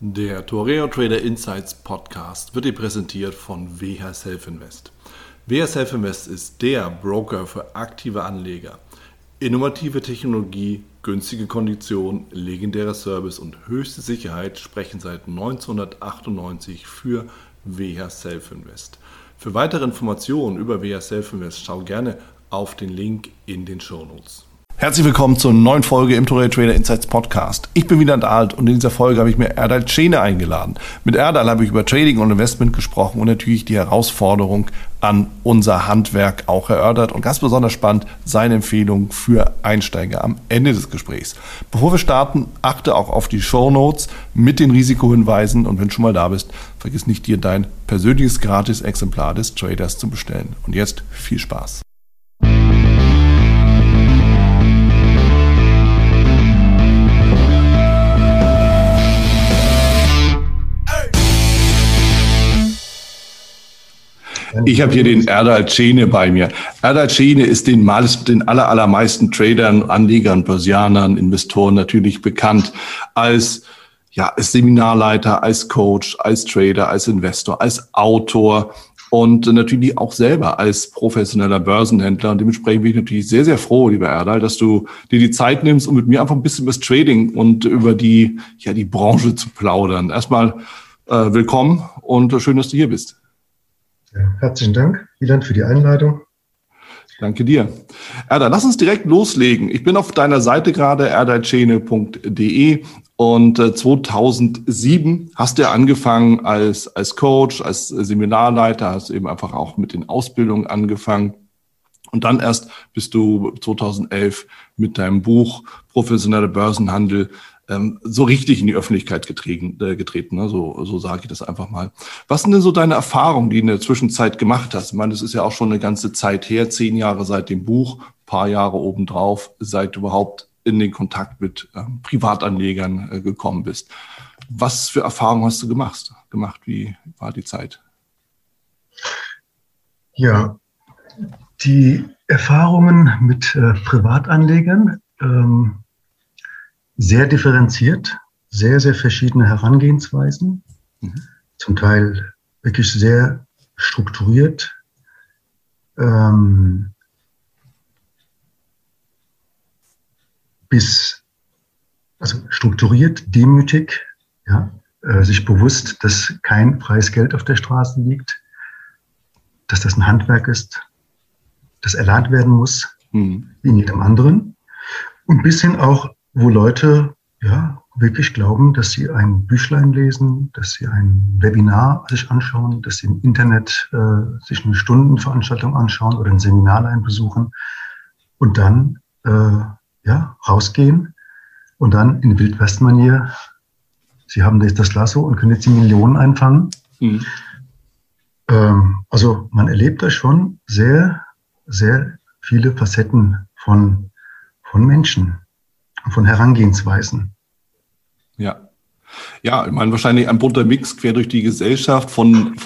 Der Toreo Trader Insights Podcast wird dir präsentiert von WH Self Invest. WH Self Invest ist der Broker für aktive Anleger. Innovative Technologie, günstige Konditionen, legendärer Service und höchste Sicherheit sprechen seit 1998 für WH Self Invest. Für weitere Informationen über WH Self Invest schau gerne auf den Link in den Shownotes. Herzlich willkommen zur neuen Folge im Toreo Trader Insights Podcast. Ich bin wieder da und in dieser Folge habe ich mir Erdal Cene eingeladen. Mit Erdal habe ich über Trading und Investment gesprochen und natürlich die Herausforderung an unser Handwerk auch erörtert und ganz besonders spannend seine Empfehlung für Einsteiger am Ende des Gesprächs. Bevor wir starten, achte auch auf die Shownotes mit den Risikohinweisen und wenn du schon mal da bist, vergiss nicht, dir dein persönliches Gratis-Exemplar des Traders zu bestellen. Und jetzt viel Spaß. Ich habe hier den Erdal Cene bei mir. Erdal Cene ist den allermeisten Tradern, Anlegern, Börsianern, Investoren natürlich bekannt als Seminarleiter, als Coach, als Trader, als Investor, als Autor und natürlich auch selber als professioneller Börsenhändler. Und dementsprechend bin ich natürlich sehr, sehr froh, lieber Erdal, dass du dir die Zeit nimmst, um mit mir einfach ein bisschen über das Trading und über die Branche zu plaudern. Erstmal willkommen und schön, dass du hier bist. Ja, herzlichen Dank, Wieland, für die Einladung. Danke dir. Erdal, lass uns direkt loslegen. Ich bin auf deiner Seite gerade, erdalcene.de und 2007 hast du angefangen als Coach, als Seminarleiter, hast eben einfach auch mit den Ausbildungen angefangen. Und dann erst bist du 2011 mit deinem Buch Professioneller Börsenhandel so richtig in die Öffentlichkeit getreten, ne? So sage ich das einfach mal. Was sind denn so deine Erfahrungen, die du in der Zwischenzeit gemacht hast? Ich meine, das ist ja auch schon eine ganze Zeit her, 10 Jahre seit dem Buch, ein paar Jahre obendrauf, seit du überhaupt in den Kontakt mit Privatanlegern gekommen bist. Was für Erfahrungen hast du gemacht? Wie war die Zeit? Ja, die Erfahrungen mit Privatanlegern, sehr differenziert, sehr, sehr verschiedene Herangehensweisen, zum Teil wirklich sehr strukturiert, strukturiert, demütig, sich bewusst, dass kein freies Geld auf der Straße liegt, dass das ein Handwerk ist, das erlernt werden muss, wie in jedem anderen, und bis hin auch, wo Leute wirklich glauben, dass sie ein Büchlein lesen, dass sie ein Webinar sich anschauen, dass sie im Internet sich eine Stundenveranstaltung anschauen oder ein Seminarlein besuchen und dann rausgehen und dann in Wildwest-Manier, sie haben jetzt das Lasso und können jetzt die Millionen einfangen. Also man erlebt da schon sehr, sehr viele Facetten von Menschen, von Herangehensweisen. Ja, ich meine wahrscheinlich ein bunter Mix quer durch die Gesellschaft vom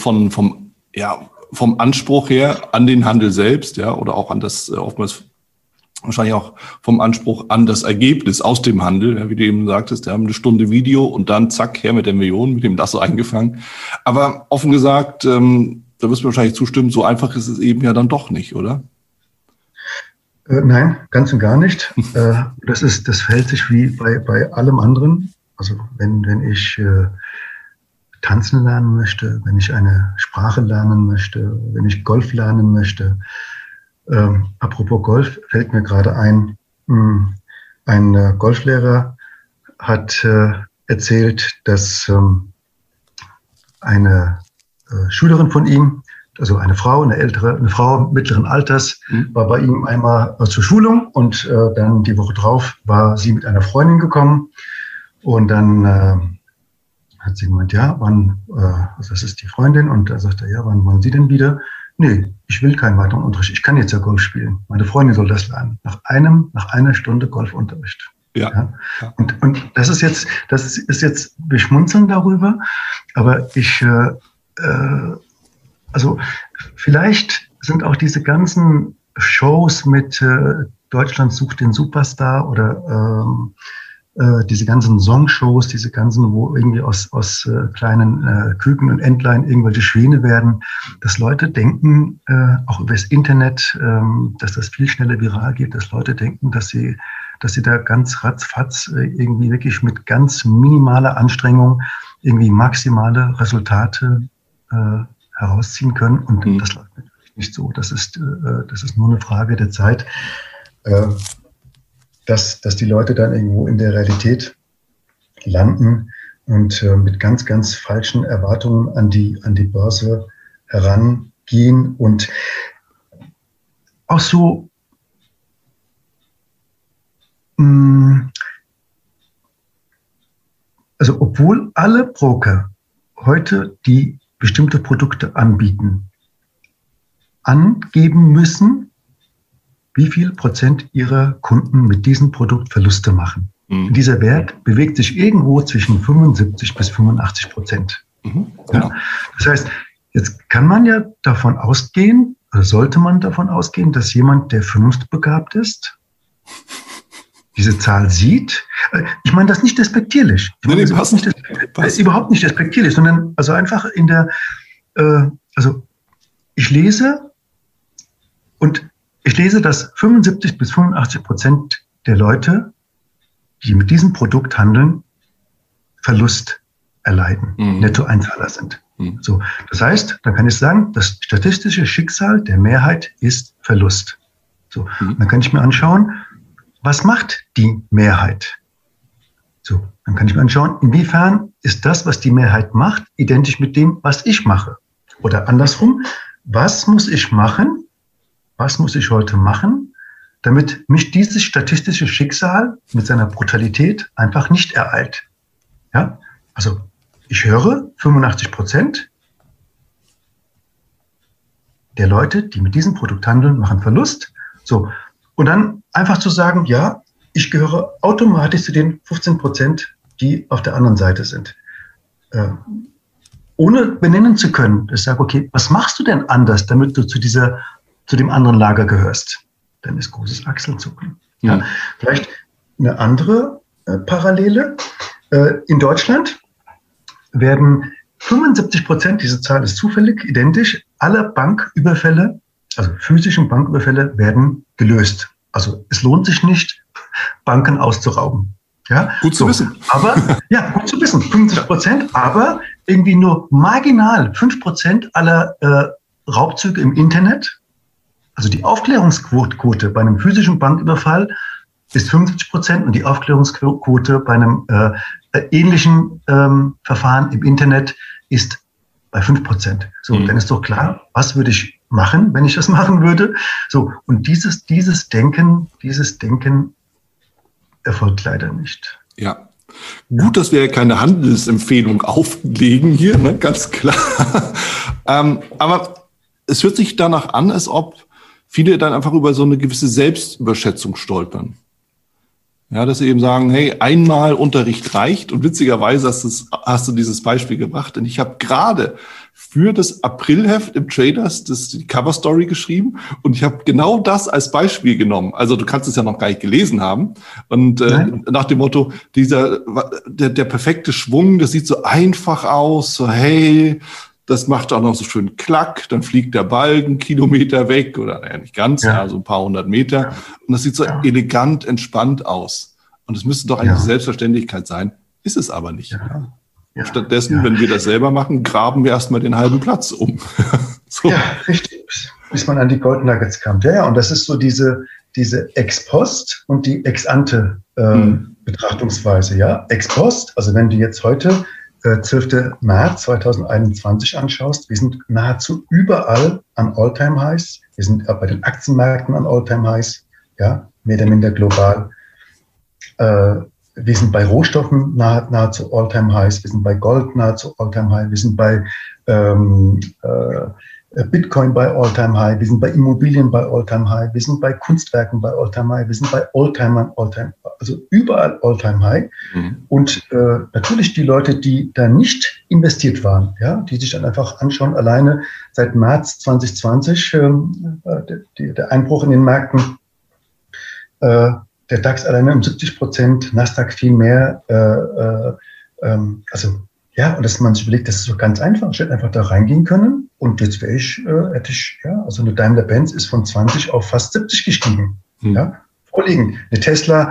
Anspruch her an den Handel selbst, oder auch an das oftmals wahrscheinlich auch vom Anspruch an das Ergebnis aus dem Handel, wie du eben sagtest, haben eine Stunde Video und dann zack, her mit der Million, mit dem Lasso eingefangen. Aber offen gesagt, da wirst du wahrscheinlich zustimmen, so einfach ist es eben ja dann doch nicht, oder? Nein, ganz und gar nicht. Das verhält sich wie bei allem anderen. Also wenn ich tanzen lernen möchte, wenn ich eine Sprache lernen möchte, wenn ich Golf lernen möchte. Apropos Golf, fällt mir gerade ein, ein Golflehrer hat erzählt, dass eine Schülerin von ihm, also eine Frau mittleren Alters, war bei ihm einmal zur Schulung und dann die Woche drauf war sie mit einer Freundin gekommen und dann hat sie gemeint, das ist die Freundin und er sagte, wann wollen Sie denn wieder? Nee, ich will keinen weiteren Unterricht, ich kann jetzt ja Golf spielen, meine Freundin soll das lernen, nach einer Stunde Golfunterricht. Ja. Und das ist jetzt, wir schmunzeln darüber, aber also vielleicht sind auch diese ganzen Shows mit Deutschland sucht den Superstar oder diese ganzen Songshows, diese ganzen, wo irgendwie aus kleinen Küken und Entlein irgendwelche Schwäne werden, dass Leute denken, auch über das Internet, dass das viel schneller viral geht, dass Leute denken, dass sie da ganz ratzfatz irgendwie wirklich mit ganz minimaler Anstrengung irgendwie maximale Resultate herausziehen können. Und das läuft natürlich nicht so. Das ist nur eine Frage der Zeit, dass die Leute dann irgendwo in der Realität landen und mit ganz, ganz falschen Erwartungen an die Börse herangehen und auch so also obwohl alle Broker heute, die bestimmte Produkte anbieten, angeben müssen, wie viel Prozent ihrer Kunden mit diesem Produkt Verluste machen. Dieser Wert bewegt sich irgendwo zwischen 75 bis 85%. Ja? Das heißt, jetzt kann man ja davon ausgehen, oder sollte man davon ausgehen, dass jemand, der vernunftbegabt ist, diese Zahl sieht. Ich meine das nicht despektierlich. Überhaupt nicht despektierlich, sondern also einfach in der, also ich lese, dass 75 bis 85% der Leute, die mit diesem Produkt handeln, Verlust erleiden, Nettoeinzahler sind. So, das heißt, dann kann ich sagen, das statistische Schicksal der Mehrheit ist Verlust. So, dann kann ich mir anschauen, was macht die Mehrheit? So, dann kann ich mir anschauen, inwiefern ist das, was die Mehrheit macht, identisch mit dem, was ich mache? Oder andersrum, was muss ich machen? Was muss ich heute machen, damit mich dieses statistische Schicksal mit seiner Brutalität einfach nicht ereilt? Ja, also ich höre 85% der Leute, die mit diesem Produkt handeln, machen Verlust. So, und dann einfach zu sagen, ja, ich gehöre automatisch zu den 15%, die auf der anderen Seite sind. Ohne benennen zu können, ich sage, okay, was machst du denn anders, damit du zu dem anderen Lager gehörst? Dann ist großes Achselzucken. Ja. Vielleicht eine andere Parallele. In Deutschland werden 75%, diese Zahl ist zufällig identisch, aller Banküberfälle, also physischen Banküberfälle, werden gelöst. Also es lohnt sich nicht, Banken auszurauben. Ja? Gut zu wissen. Aber, ja, gut zu wissen, 50%, aber irgendwie nur marginal 5% aller Raubzüge im Internet. Also die Aufklärungsquote bei einem physischen Banküberfall ist 50% und die Aufklärungsquote bei einem ähnlichen Verfahren im Internet ist bei 5%. So, dann ist doch klar, was würde ich machen, wenn ich das machen würde? So, und dieses Denken erfolgt leider nicht. Ja. Gut, dass wir keine Handelsempfehlung auflegen hier, ne? Ganz klar. Aber es hört sich danach an, als ob viele dann einfach über so eine gewisse Selbstüberschätzung stolpern. Ja, dass sie eben sagen, hey, einmal Unterricht reicht. Und witzigerweise hast du dieses Beispiel gebracht. Und ich habe gerade für das Aprilheft im Traders die Cover-Story geschrieben. Und ich habe genau das als Beispiel genommen. Also du kannst es ja noch gar nicht gelesen haben. Und nach dem Motto, der perfekte Schwung, das sieht so einfach aus. So, hey, das macht auch noch so schön Klack. Dann fliegt der Ball einen Kilometer weg. Oder naja, nicht ganz, ja, so ein paar hundert Meter. Ja. Und das sieht so elegant, entspannt aus. Und es müsste doch eigentlich Selbstverständlichkeit sein. Ist es aber nicht. Ja. Ja. Stattdessen, wenn wir das selber machen, graben wir erstmal den halben Platz um. So. Ja, richtig. Bis man an die Gold Nuggets kam. Ja, und das ist so diese Ex-Post und die Ex-Ante Betrachtungsweise. Ja, Ex-Post, also wenn du jetzt heute 12. März 2021 anschaust, wir sind nahezu überall an All-Time-Highs. Wir sind bei den Aktienmärkten an All-Time-Highs, ja, mehr oder minder global. Wir sind bei Rohstoffen nahezu All-Time-Highs, wir sind bei Gold nahezu All-Time-High, wir sind bei Bitcoin bei All-Time-High, wir sind bei Immobilien bei All-Time-High, wir sind bei Kunstwerken bei All-Time-High, wir sind bei Oldtimern All-Time, also überall All-Time-High. Und natürlich die Leute, die da nicht investiert waren, ja, die sich dann einfach anschauen, alleine seit März 2020, der Einbruch in den Märkten, der DAX alleine um 70%, Nasdaq viel mehr. Und dass man sich überlegt, das ist so ganz einfach. Ich hätte einfach da reingehen können und jetzt also eine Daimler-Benz ist von 20 auf fast 70 gestiegen. Ja, vorliegen. Eine Tesla.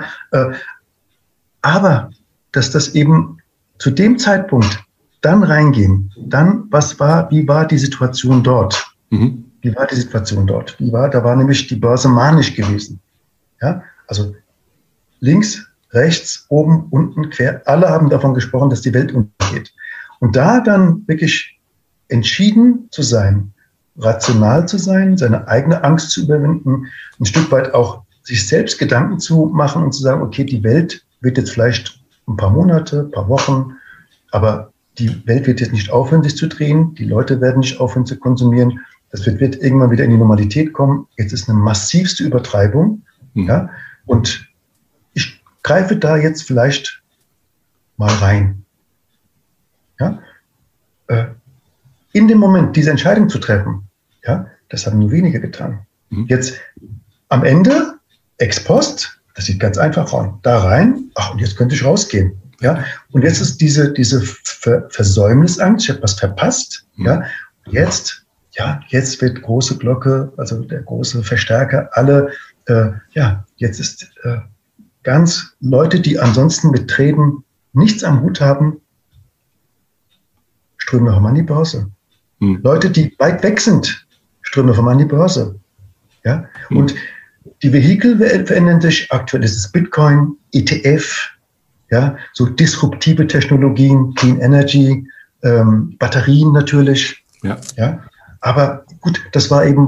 Aber dass das eben zu dem Zeitpunkt dann reingehen, dann wie war die Situation dort? Wie war die Situation dort? Da war nämlich die Börse manisch gewesen. Ja, also links, rechts, oben, unten, quer, alle haben davon gesprochen, dass die Welt untergeht. Und da dann wirklich entschieden zu sein, rational zu sein, seine eigene Angst zu überwinden, ein Stück weit auch sich selbst Gedanken zu machen und zu sagen, okay, die Welt wird jetzt vielleicht ein paar Monate, ein paar Wochen, aber die Welt wird jetzt nicht aufhören, sich zu drehen, die Leute werden nicht aufhören zu konsumieren, das wird irgendwann wieder in die Normalität kommen. Jetzt ist eine massivste Übertreibung, ja, und ich greife da jetzt vielleicht mal rein. Ja? In dem Moment, diese Entscheidung zu treffen, ja, das haben nur wenige getan. Jetzt am Ende, ex post, das sieht ganz einfach aus, da rein, und jetzt könnte ich rausgehen. Ja? Und jetzt ist diese Versäumnisangst, ich habe was verpasst. Ja? Jetzt wird große Glocke, also der große Verstärker, alle, jetzt ist ganz Leute, die ansonsten mit Treten nichts am Hut haben, strömen noch einmal an die Börse. Leute, die weit weg sind, strömen noch einmal an die Börse. Ja? Und die Vehikel verändern sich. Aktuell ist es Bitcoin, ETF, ja, so disruptive Technologien, Clean Energy, Batterien natürlich. Ja. Ja? Aber gut, das war eben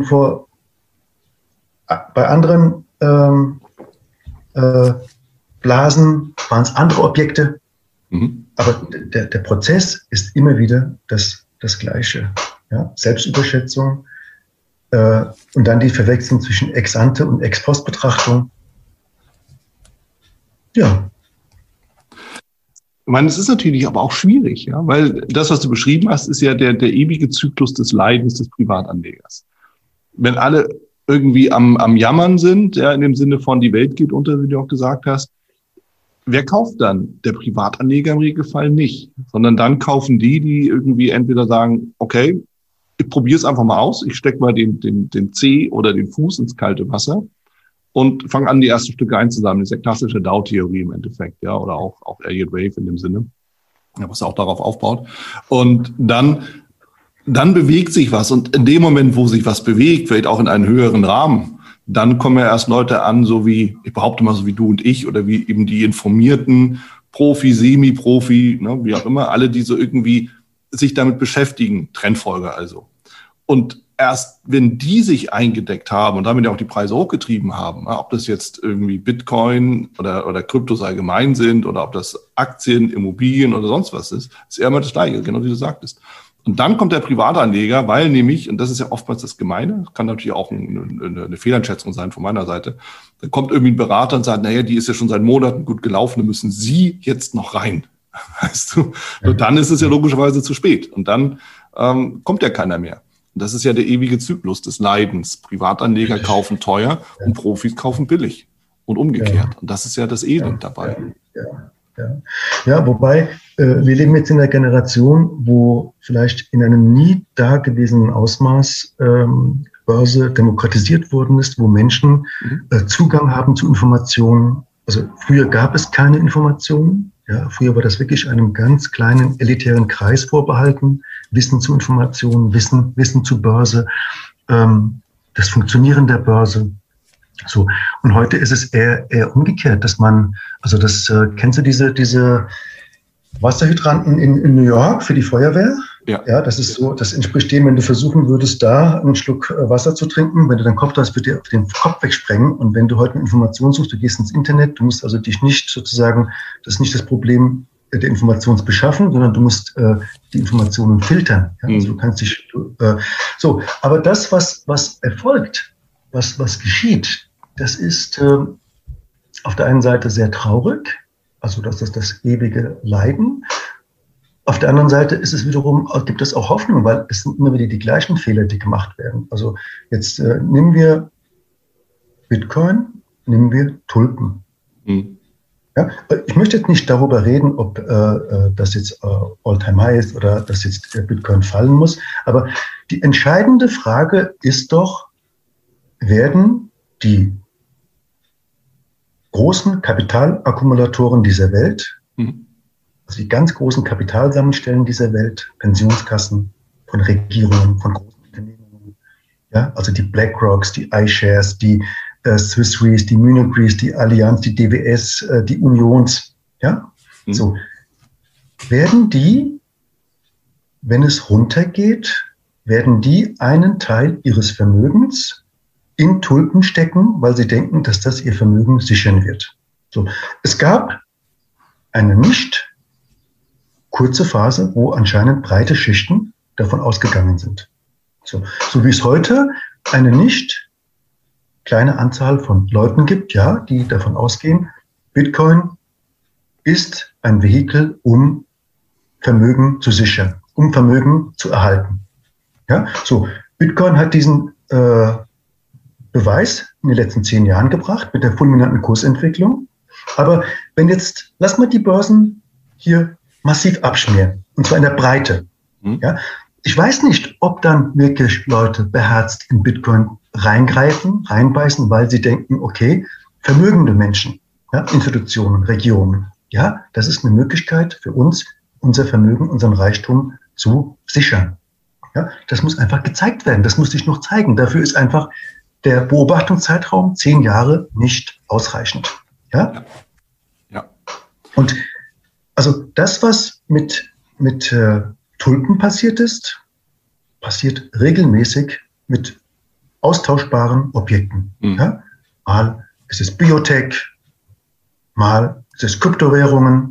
bei anderen Blasen waren es andere Objekte. Aber der Prozess ist immer wieder das Gleiche. Ja? Selbstüberschätzung und dann die Verwechslung zwischen Ex-ante und Ex-post-Betrachtung. Ja. Ich meine, es ist natürlich aber auch schwierig, ja, weil das, was du beschrieben hast, ist ja der ewige Zyklus des Leidens des Privatanlegers. Wenn alle irgendwie am Jammern sind, ja, in dem Sinne von die Welt geht unter, wie du auch gesagt hast, wer kauft dann? Der Privatanleger im Regelfall nicht, sondern dann kaufen die irgendwie entweder sagen, okay, ich probiere es einfach mal aus, ich stecke mal den Zeh oder den Fuß ins kalte Wasser und fange an, die ersten Stücke einzusammeln. Das ist ja klassische Dow-Theorie im Endeffekt, ja, oder auch Elliott Wave in dem Sinne, ja, was auch darauf aufbaut. Und dann bewegt sich was. Und in dem Moment, wo sich was bewegt, vielleicht auch in einen höheren Rahmen, dann kommen ja erst Leute an, so wie, ich behaupte mal, so wie du und ich, oder wie eben die informierten Profi, Semi-Profi, ne, wie auch immer, alle, die so irgendwie sich damit beschäftigen, Trendfolger also. Und erst wenn die sich eingedeckt haben und damit ja auch die Preise hochgetrieben haben, ob das jetzt irgendwie Bitcoin oder Kryptos allgemein sind oder ob das Aktien, Immobilien oder sonst was ist eher immer das Gleiche, genau wie du sagtest. Und dann kommt der Privatanleger, weil nämlich, und das ist ja oftmals das Gemeine, kann natürlich auch eine Fehleinschätzung sein von meiner Seite, da kommt irgendwie ein Berater und sagt, naja, die ist ja schon seit Monaten gut gelaufen, da müssen Sie jetzt noch rein. Weißt du? Und dann ist es ja logischerweise zu spät. Und dann kommt ja keiner mehr. Und das ist ja der ewige Zyklus des Leidens. Privatanleger kaufen teuer und Profis kaufen billig. Und umgekehrt. Ja. Und das ist ja das Elend dabei. Ja, wobei wir leben jetzt in einer Generation, wo vielleicht in einem nie dagewesenen Ausmaß Börse demokratisiert worden ist, wo Menschen Zugang haben zu Informationen. Also früher gab es keine Informationen. Ja, früher war das wirklich einem ganz kleinen elitären Kreis vorbehalten. Wissen zu Informationen, Wissen zu Börse, das Funktionieren der Börse. So. Und heute ist es eher umgekehrt, dass man, also kennst du diese Wasserhydranten in New York für die Feuerwehr? Ja, das ist so, das entspricht dem, wenn du versuchen würdest, da einen Schluck Wasser zu trinken, wenn du deinen Kopf hast, wird dir auf den Kopf wegsprengen. Und wenn du heute eine Information suchst, du gehst ins Internet, du musst also dich nicht sozusagen, das ist nicht das Problem der Informationsbeschaffung, sondern du musst die Informationen filtern. Ja? Also du kannst dich, so, aber das, was erfolgt, was geschieht, das ist auf der einen Seite sehr traurig, also das ist das ewige Leiden. Auf der anderen Seite gibt es auch Hoffnung, weil es sind immer wieder die gleichen Fehler, die gemacht werden. Also jetzt nehmen wir Bitcoin, nehmen wir Tulpen. Mhm. Ja, ich möchte jetzt nicht darüber reden, ob das jetzt All-Time-High ist oder dass jetzt der Bitcoin fallen muss. Aber die entscheidende Frage ist doch, werden die großen Kapitalakkumulatoren dieser Welt, also die ganz großen Kapitalsammelstellen dieser Welt, Pensionskassen von Regierungen, von großen Unternehmen, ja, also die BlackRocks, die iShares, die Swiss Re's, die Munich Re's, die Allianz, die DWS, die Unions, ja, so, werden die, wenn es runtergeht, werden die einen Teil ihres Vermögens in Tulpen stecken, weil sie denken, dass das ihr Vermögen sichern wird. So, es gab eine nicht kurze Phase, wo anscheinend breite Schichten davon ausgegangen sind. So wie es heute eine nicht kleine Anzahl von Leuten gibt, ja, die davon ausgehen, Bitcoin ist ein Vehikel, um Vermögen zu sichern, um Vermögen zu erhalten. Ja, so, Bitcoin hat diesen Beweis in den letzten 10 Jahren gebracht mit der fulminanten Kursentwicklung. Aber wenn jetzt, lass mal die Börsen hier massiv abschmieren, und zwar in der Breite. Ja, ich weiß nicht, ob dann wirklich Leute beherzt in Bitcoin reingreifen, reinbeißen, weil sie denken, okay, vermögende Menschen, ja, Institutionen, Regierungen, ja, das ist eine Möglichkeit für uns, unser Vermögen, unseren Reichtum zu sichern. Ja, das muss einfach gezeigt werden, das muss sich noch zeigen. Dafür ist einfach der Beobachtungszeitraum 10 Jahre nicht ausreichend. Ja? Ja. Und also das, was mit Tulpen passiert ist, passiert regelmäßig mit austauschbaren Objekten. Ja? Mal ist es Biotech, mal ist es Kryptowährungen,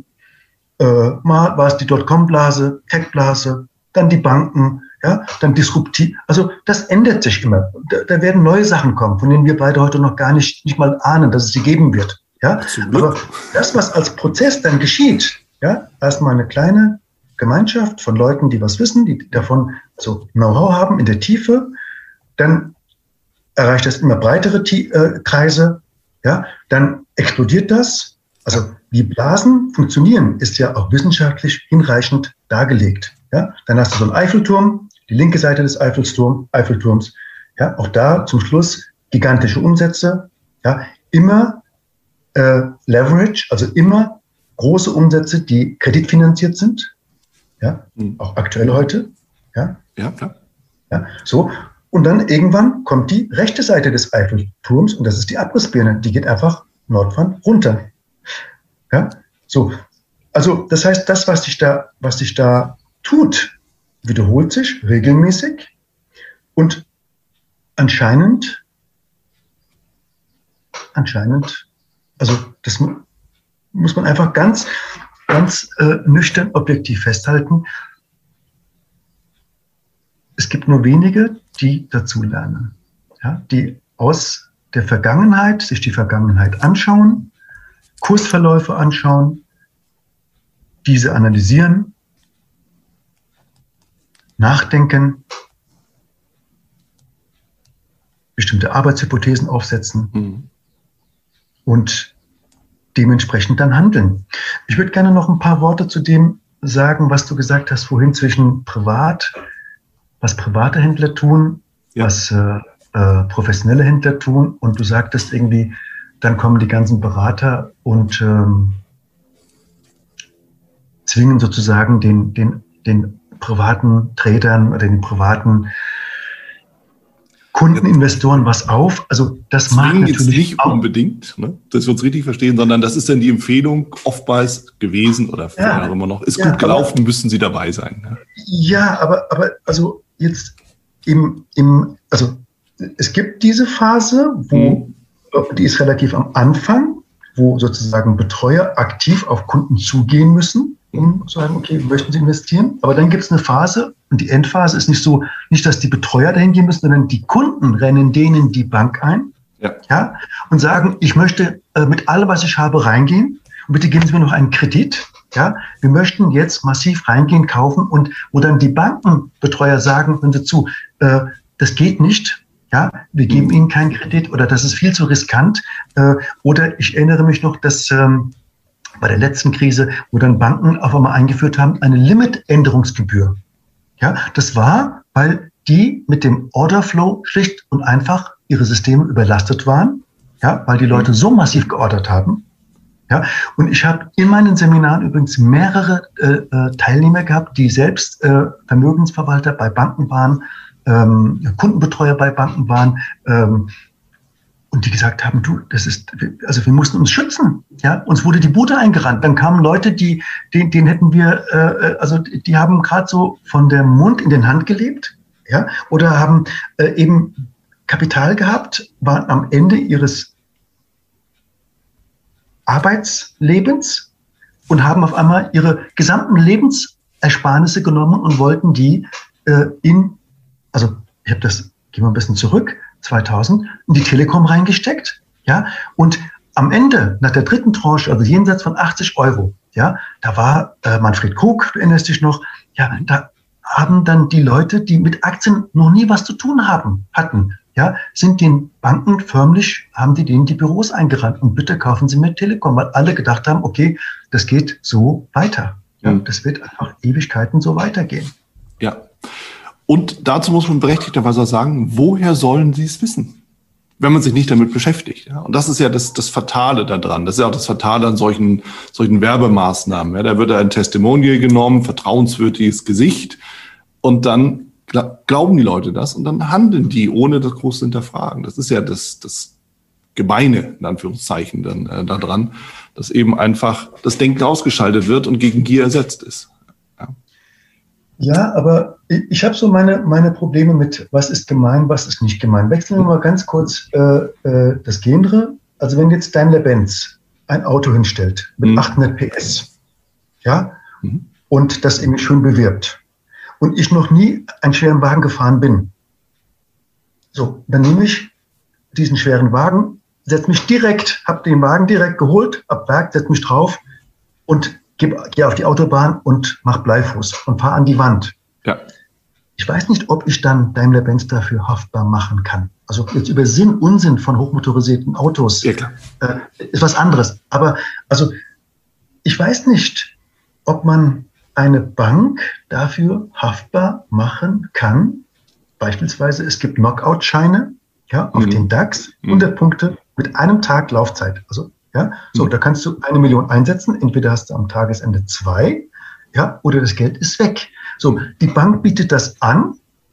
mal war es die Dotcom-Blase, Tech-Blase, dann die Banken, ja, dann disruptiv. Also das ändert sich immer. Da werden neue Sachen kommen, von denen wir beide heute noch gar nicht mal ahnen, dass es sie geben wird. Ja? Aber das, was als Prozess dann geschieht, ja, erstmal eine kleine Gemeinschaft von Leuten, die was wissen, die davon so Know-how haben in der Tiefe, dann erreicht das immer breitere Kreise, ja, dann explodiert das. Also wie Blasen funktionieren, ist ja auch wissenschaftlich hinreichend dargelegt. Ja, dann hast du so einen Eiffelturm, die linke Seite des Eiffelturms, ja, auch da zum Schluss gigantische Umsätze, ja, immer Leverage, also immer große Umsätze, die kreditfinanziert sind, ja, auch aktuell heute, ja. Ja, klar. Ja, so. Und dann irgendwann kommt die rechte Seite des Eiffelturms und das ist die Abrissbirne, die geht einfach nordwand runter. Ja, so. Also, das heißt, das, was sich da tut, wiederholt sich regelmäßig und anscheinend, also das muss man einfach ganz nüchtern objektiv festhalten. Es gibt nur wenige, die dazu lernen, ja, die aus der Vergangenheit sich die Vergangenheit anschauen, Kursverläufe anschauen, diese analysieren, nachdenken, bestimmte Arbeitshypothesen aufsetzen und dementsprechend dann handeln. Ich würde gerne noch ein paar Worte zu dem sagen, was du gesagt hast vorhin zwischen was private Händler tun, ja, was professionelle Händler tun, und du sagtest irgendwie, dann kommen die ganzen Berater und zwingen sozusagen den privaten Tradern oder den privaten Kundeninvestoren was auf. Also das mag natürlich jetzt nicht auch unbedingt, ne, dass wir uns richtig verstehen, sondern das ist dann die Empfehlung oftmals gewesen oder vielleicht auch immer noch. Ist gut gelaufen, müssen Sie dabei sein. Ne? Ja, aber also jetzt also es gibt diese Phase, wo die ist relativ am Anfang, wo sozusagen Betreuer aktiv auf Kunden zugehen müssen, um zu sagen, okay, möchten Sie investieren? Aber dann gibt es eine Phase, und die Endphase ist nicht, dass die Betreuer dahin gehen müssen, sondern die Kunden rennen denen die Bank ein, ja, und sagen, ich möchte mit allem, was ich habe, reingehen, und bitte geben Sie mir noch einen Kredit. Ja, wir möchten jetzt massiv reingehen, kaufen, und wo dann die Bankenbetreuer sagen, hören Sie zu, das geht nicht, Ja, wir geben ihnen keinen Kredit oder das ist viel zu riskant. Oder ich erinnere mich noch, dass bei der letzten Krise, wo dann Banken auf einmal eingeführt haben, eine Limitänderungsgebühr. Ja, das war, weil die mit dem Orderflow schlicht und einfach ihre Systeme überlastet waren, ja, weil die Leute so massiv geordert haben. Ja, und ich habe in meinen Seminaren übrigens mehrere Teilnehmer gehabt, die selbst Vermögensverwalter bei Banken waren, Kundenbetreuer bei Banken waren, und die gesagt haben, du, also wir mussten uns schützen, ja, uns wurde die Bude eingerannt. Dann kamen Leute, denen hätten wir, also die haben gerade so von der Mund in den Hand gelebt, ja, oder haben eben Kapital gehabt, waren am Ende ihres Arbeitslebens und haben auf einmal ihre gesamten Lebensersparnisse genommen und wollten die also ich habe das, gehen wir ein bisschen zurück, 2000, in die Telekom reingesteckt, ja, und am Ende, nach der dritten Tranche, also jenseits von 80 €, ja, da war Manfred Krug, du erinnerst dich noch, ja, da haben dann die Leute, die mit Aktien noch nie was zu tun hatten, ja, sind den Banken förmlich, haben die denen die Büros eingerannt und bitte kaufen Sie mir Telekom, weil alle gedacht haben, okay, das geht so weiter, ja, das wird einfach Ewigkeiten so weitergehen. Ja. Und dazu muss man berechtigterweise sagen, woher sollen Sie es wissen, wenn man sich nicht damit beschäftigt? Ja? Und das ist ja das Fatale daran. Das ist ja auch das Fatale an solchen Werbemaßnahmen. Ja? Da wird ein Testimonial genommen, vertrauenswürdiges Gesicht, und dann glauben die Leute das und dann handeln die, ohne das groß zu hinterfragen. Das ist ja das Gemeine, in Anführungszeichen, dann daran, dass eben einfach das Denken ausgeschaltet wird und gegen Gier ersetzt ist. Ja, aber ich habe so meine Probleme mit, was ist gemein, was ist nicht gemein. Wechseln wir mal ganz kurz das Genre. Also wenn jetzt Daimler-Benz ein Auto hinstellt mit 800 PS, ja, und das irgendwie schön bewirbt und ich noch nie einen schweren Wagen gefahren bin, so, dann nehme ich diesen schweren Wagen, habe den Wagen direkt geholt, ab Werk, setze mich drauf und gehe auf die Autobahn und mach Bleifuß und fahre an die Wand. Ja. Ich weiß nicht, ob ich dann Daimler-Benz dafür haftbar machen kann. Also jetzt über Unsinn von hochmotorisierten Autos ist was anderes. Aber also ich weiß nicht, ob man eine Bank dafür haftbar machen kann. Beispielsweise, es gibt Knockout-Scheine, ja, auf den DAX, 100 Punkte mit einem Tag Laufzeit. Also ja, so, da kannst du 1 Million einsetzen. Entweder hast du am Tagesende 2, ja, oder das Geld ist weg. So, die Bank bietet das an,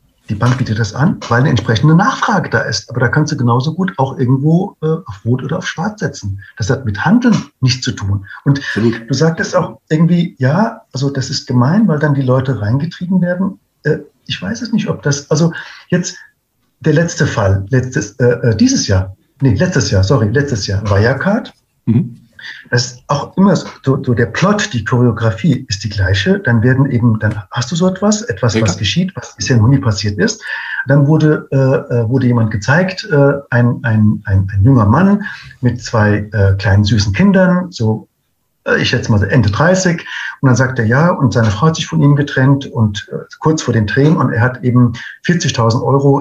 weil eine entsprechende Nachfrage da ist. Aber da kannst du genauso gut auch irgendwo auf Rot oder auf Schwarz setzen. Das hat mit Handeln nichts zu tun. Und du sagtest auch irgendwie, ja, also das ist gemein, weil dann die Leute reingetrieben werden. Ich weiß es nicht, ob das, also jetzt der letzte Fall, letztes Jahr, Wirecard. Das ist auch immer so der Plot, die Choreografie ist die gleiche. Dann hast du so etwas, was geschieht, was bisher noch nie passiert ist. Dann wurde jemand gezeigt, ein junger Mann mit 2 kleinen süßen Kindern, so ich schätze mal Ende 30. Und dann sagt er ja, und seine Frau hat sich von ihm getrennt und kurz vor den Tränen, und er hat eben 40.000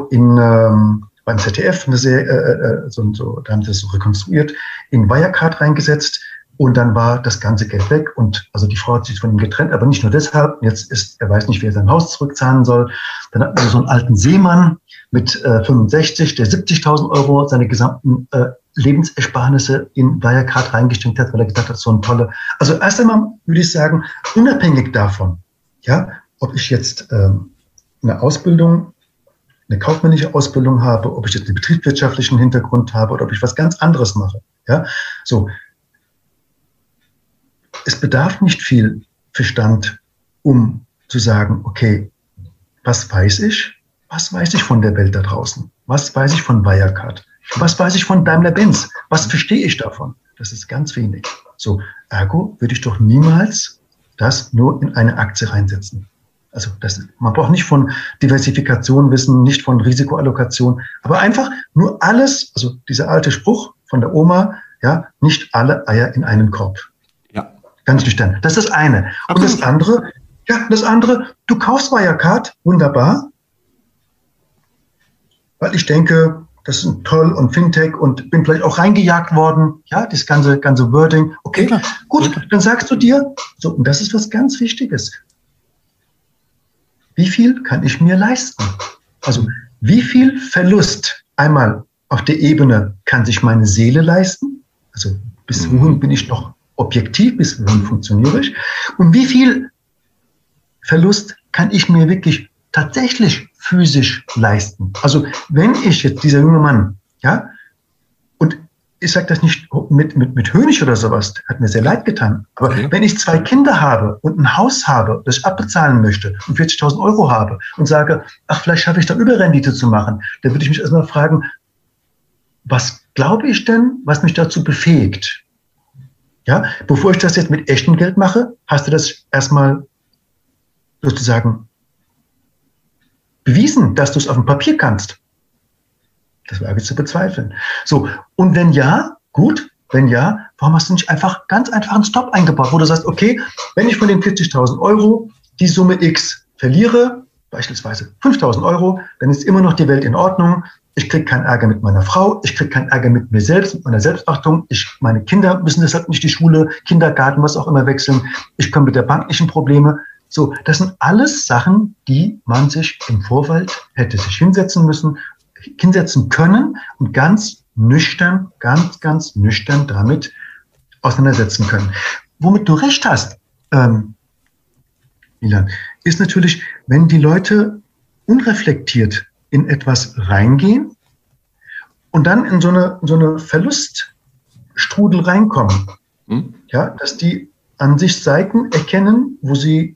€ beim ZDF, da haben sie das so rekonstruiert, in Wirecard reingesetzt, und dann war das ganze Geld weg, und also die Frau hat sich von ihm getrennt, aber nicht nur deshalb, er weiß nicht, wie er sein Haus zurückzahlen soll. Dann hat man so einen alten Seemann mit 65, der 70.000 € seine gesamten Lebensersparnisse in Wirecard reingesteckt hat, weil er gesagt hat, so eine tolle, also erst einmal würde ich sagen, unabhängig davon, ja, ob ich jetzt eine kaufmännische Ausbildung habe, ob ich jetzt einen betriebswirtschaftlichen Hintergrund habe oder ob ich was ganz anderes mache. Ja, so. Es bedarf nicht viel Verstand, um zu sagen, okay, was weiß ich von der Welt da draußen? Was weiß ich von Wirecard? Was weiß ich von Daimler-Benz? Was verstehe ich davon? Das ist ganz wenig. So, ergo würde ich doch niemals das nur in eine Aktie reinsetzen. Also man braucht nicht von Diversifikation wissen, nicht von Risikoallokation, aber einfach nur alles, also dieser alte Spruch von der Oma, ja, nicht alle Eier in einen Korb. Ja. Ganz nüchtern. Das ist das eine. Absolut. Und das andere, du kaufst Wirecard, wunderbar. weil ich denke, das ist toll und Fintech und bin vielleicht auch reingejagt worden. Ja, das ganze Wording. Okay, ja, gut, dann sagst du dir, so, und das ist was ganz Wichtiges. Wie viel kann ich mir leisten? Also, wie viel Verlust einmal auf der Ebene kann sich meine Seele leisten? Also, bis wohin bin ich noch objektiv, bis wohin funktioniere ich? Und wie viel Verlust kann ich mir wirklich tatsächlich physisch leisten? Also, wenn ich jetzt, dieser junge Mann, ja, und ich sage das nicht mit Höhnisch oder sowas, hat mir sehr leid getan, aber wenn ich 2 Kinder habe und ein Haus habe, das ich abbezahlen möchte und 40.000 Euro habe und sage, ach, vielleicht schaffe ich da Überrendite zu machen, dann würde ich mich erstmal fragen, was glaube ich denn, was mich dazu befähigt? Ja, bevor ich das jetzt mit echtem Geld mache, hast du das erstmal sozusagen bewiesen, dass du es auf dem Papier kannst. Das wage ich zu bezweifeln. So, und wenn ja, gut, wenn ja, warum hast du nicht ganz einfach einen Stop eingebaut, wo du sagst, okay, wenn ich von den 40.000 Euro die Summe X verliere, beispielsweise 5.000 Euro, dann ist immer noch die Welt in Ordnung. Ich kriege keinen Ärger mit meiner Frau, ich kriege keinen Ärger mit mir selbst, mit meiner Selbstachtung. Meine Kinder müssen deshalb nicht die Schule, Kindergarten, was auch immer wechseln. Ich komme mit der Bank nicht in Probleme. So, das sind alles Sachen, die man sich im Vorfeld hätte sich hinsetzen können und ganz nüchtern damit auseinandersetzen können. Womit du recht hast, Milan, ist natürlich, wenn die Leute unreflektiert in etwas reingehen und dann in so eine Verluststrudel reinkommen, ja, dass die an sich Seiten erkennen, wo sie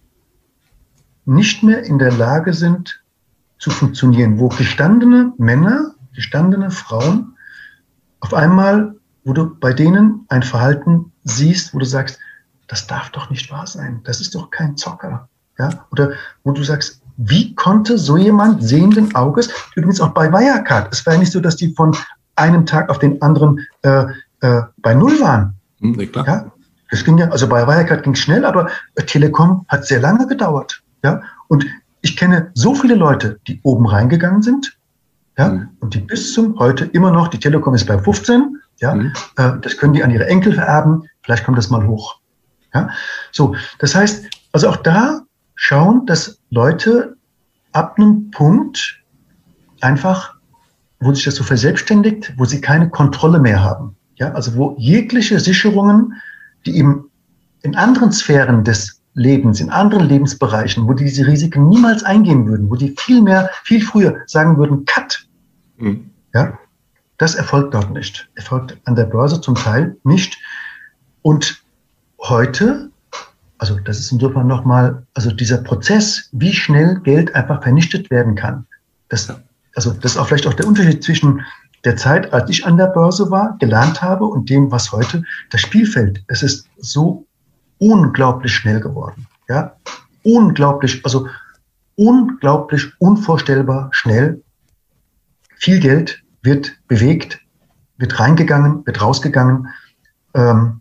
nicht mehr in der Lage sind zu funktionieren, wo gestandene Männer, gestandene Frauen auf einmal, wo du bei denen ein Verhalten siehst, wo du sagst, das darf doch nicht wahr sein, das ist doch kein Zocker. Ja? Oder wo du sagst, wie konnte so jemand sehenden Auges, übrigens auch bei Wirecard, es war ja nicht so, dass die von einem Tag auf den anderen bei Null waren. Klar. Ja? Das ging ja, also bei Wirecard ging es schnell, aber Telekom hat sehr lange gedauert. Ja? Und ich kenne so viele Leute, die oben reingegangen sind, ja, und die bis zum heute immer noch, die Telekom ist bei 15, ja, das können die an ihre Enkel vererben, vielleicht kommt das mal hoch. Ja? So, das heißt, also auch da schauen, dass Leute ab einem Punkt einfach, wo sich das so verselbstständigt, wo sie keine Kontrolle mehr haben. Ja? Also wo jegliche Sicherungen, die eben in anderen Sphären des Lebens, in anderen Lebensbereichen, wo die diese Risiken niemals eingehen würden, wo die viel früher sagen würden, Cut. Ja, das erfolgt dort nicht. Erfolgt an der Börse zum Teil nicht. Und heute, also das ist insofern nochmal, also dieser Prozess, wie schnell Geld einfach vernichtet werden kann. Das ist auch vielleicht auch der Unterschied zwischen der Zeit, als ich an der Börse war, gelernt habe und dem, was heute das Spielfeld. Es ist so unglaublich schnell geworden. Ja? Unglaublich, unvorstellbar schnell. Viel Geld wird bewegt, wird reingegangen, wird rausgegangen. Ja,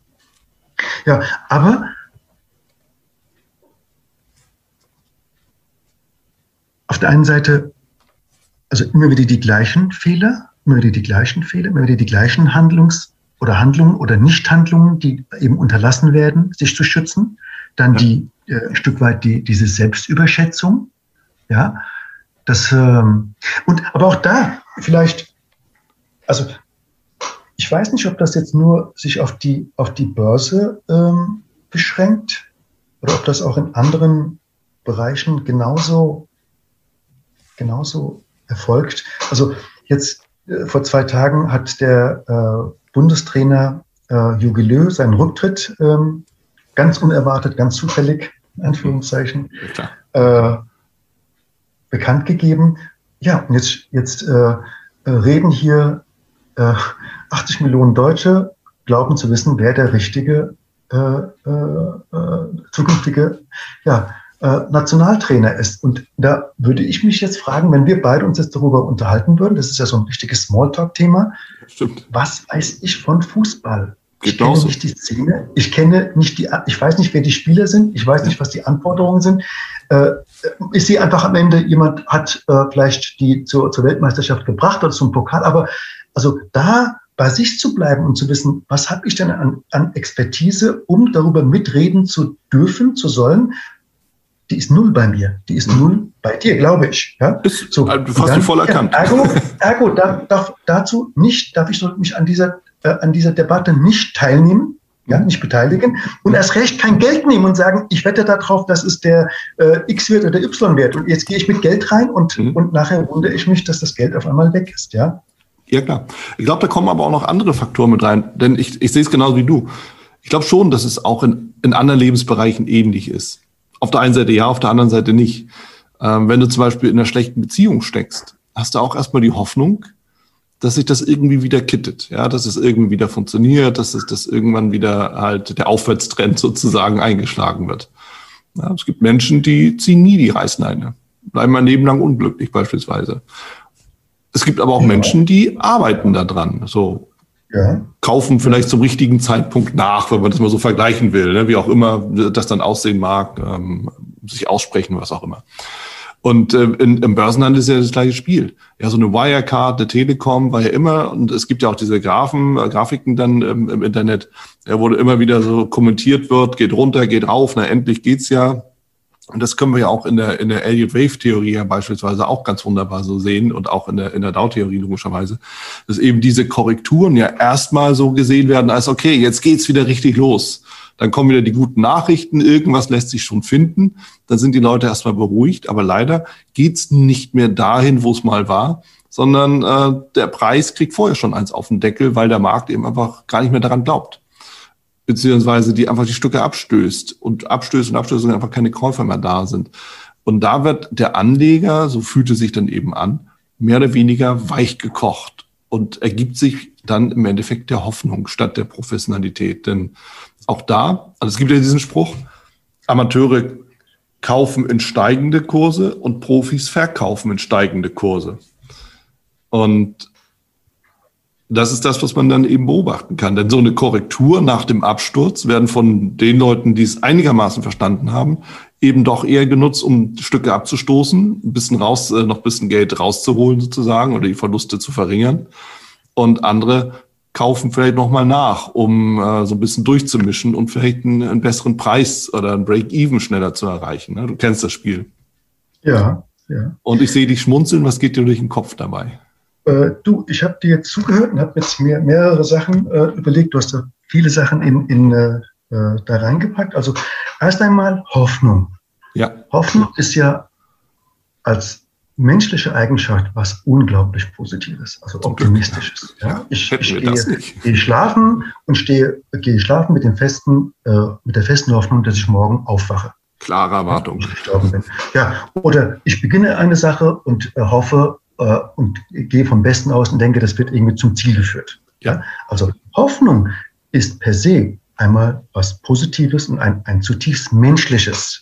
aber auf der einen Seite, also immer wieder die gleichen Fehler, immer wieder die gleichen Handlungen oder Nichthandlungen, die eben unterlassen werden, sich zu schützen. Dann ein Stück weit diese Selbstüberschätzung. Ja, aber auch da vielleicht, also ich weiß nicht, ob das jetzt nur sich auf die Börse beschränkt oder ob das auch in anderen Bereichen genauso erfolgt. Also jetzt vor 2 Tagen hat der Bundestrainer Jogi Löw seinen Rücktritt ganz unerwartet, ganz zufällig, in Anführungszeichen, bekannt gegeben. Ja, und jetzt reden hier 80 Millionen Deutsche, glauben zu wissen, wer der richtige zukünftige Nationaltrainer ist. Und da würde ich mich jetzt fragen, wenn wir beide uns jetzt darüber unterhalten würden, das ist ja so ein richtiges Smalltalk-Thema, was weiß ich von Fußball? Ich kenne nicht die Szene, ich weiß nicht, wer die Spieler sind, ich weiß nicht, was die Anforderungen sind. Ich sehe einfach am Ende, jemand hat vielleicht die zur Weltmeisterschaft gebracht oder zum Pokal, aber also da bei sich zu bleiben und zu wissen, was habe ich denn an Expertise, um darüber mitreden zu dürfen, zu sollen, die ist null bei mir, die ist null bei dir, glaube ich. Ja? So, du hast sie voll erkannt. Ergo darf ich mich an dieser Debatte nicht teilnehmen, ja, nicht beteiligen und erst recht kein Geld nehmen und sagen, ich wette darauf, das ist der X-Wert oder Y-Wert und jetzt gehe ich mit Geld rein und nachher wundere ich mich, dass das Geld auf einmal weg ist. Ja, ja klar. Ich glaube, da kommen aber auch noch andere Faktoren mit rein, denn ich sehe es genauso wie du. Ich glaube schon, dass es auch in anderen Lebensbereichen ähnlich ist. Auf der einen Seite ja, auf der anderen Seite nicht. Wenn du zum Beispiel in einer schlechten Beziehung steckst, hast du auch erstmal die Hoffnung, dass sich das irgendwie wieder kittet, ja, dass es irgendwie wieder funktioniert, dass das irgendwann wieder halt der Aufwärtstrend sozusagen eingeschlagen wird. Ja, es gibt Menschen, die ziehen nie die Reißleine, bleiben ein Leben lang unglücklich beispielsweise. Es gibt aber auch Menschen, die arbeiten da dran, so. Ja. Kaufen vielleicht zum richtigen Zeitpunkt nach, wenn man das mal so vergleichen will, ne? Wie auch immer das dann aussehen mag, sich aussprechen, was auch immer. Und im Börsenhandel ist ja das gleiche Spiel. Ja, so eine Wirecard, eine Telekom war ja immer, und es gibt ja auch diese Grafiken dann im Internet, wo immer wieder so kommentiert wird, geht runter, geht rauf, na endlich geht's ja. Und das können wir ja auch in der Elliott-Wave-Theorie ja beispielsweise auch ganz wunderbar so sehen und auch in der Dow-Theorie logischerweise, dass eben diese Korrekturen ja erstmal so gesehen werden als, okay, jetzt geht's wieder richtig los. Dann kommen wieder die guten Nachrichten, irgendwas lässt sich schon finden, dann sind die Leute erstmal beruhigt, aber leider geht's nicht mehr dahin, wo es mal war, sondern der Preis kriegt vorher schon eins auf den Deckel, weil der Markt eben einfach gar nicht mehr daran glaubt. Beziehungsweise die einfach die Stücke abstößt und einfach keine Käufer mehr da sind. Und da wird der Anleger, so fühlt es sich dann eben an, mehr oder weniger weich gekocht und ergibt sich dann im Endeffekt der Hoffnung statt der Professionalität. Denn auch da, also es gibt ja diesen Spruch, Amateure kaufen in steigende Kurse und Profis verkaufen in steigende Kurse. Und das ist das, was man dann eben beobachten kann. Denn so eine Korrektur nach dem Absturz werden von den Leuten, die es einigermaßen verstanden haben, eben doch eher genutzt, um Stücke abzustoßen, noch ein bisschen Geld rauszuholen sozusagen oder die Verluste zu verringern. Und andere kaufen vielleicht nochmal nach, um so ein bisschen durchzumischen und vielleicht einen besseren Preis oder einen Break-Even schneller zu erreichen. Ne? Du kennst das Spiel. Ja, ja. Und ich sehe dich schmunzeln. Was geht dir durch den Kopf dabei? Ich habe dir jetzt zugehört und habe jetzt mir mehrere Sachen überlegt. Du hast da viele Sachen da reingepackt. Also erst einmal Hoffnung. Ja. Hoffnung ist ja als menschliche Eigenschaft was unglaublich Positives, also Optimistisches. Ja? Ich gehe schlafen mit der festen Hoffnung, dass ich morgen aufwache. Klare Erwartung. Ich gestorben bin. Ja, oder ich beginne eine Sache und hoffe, und gehe vom Besten aus und denke, das wird irgendwie zum Ziel geführt. Ja? Also Hoffnung ist per se einmal was Positives und ein zutiefst menschliches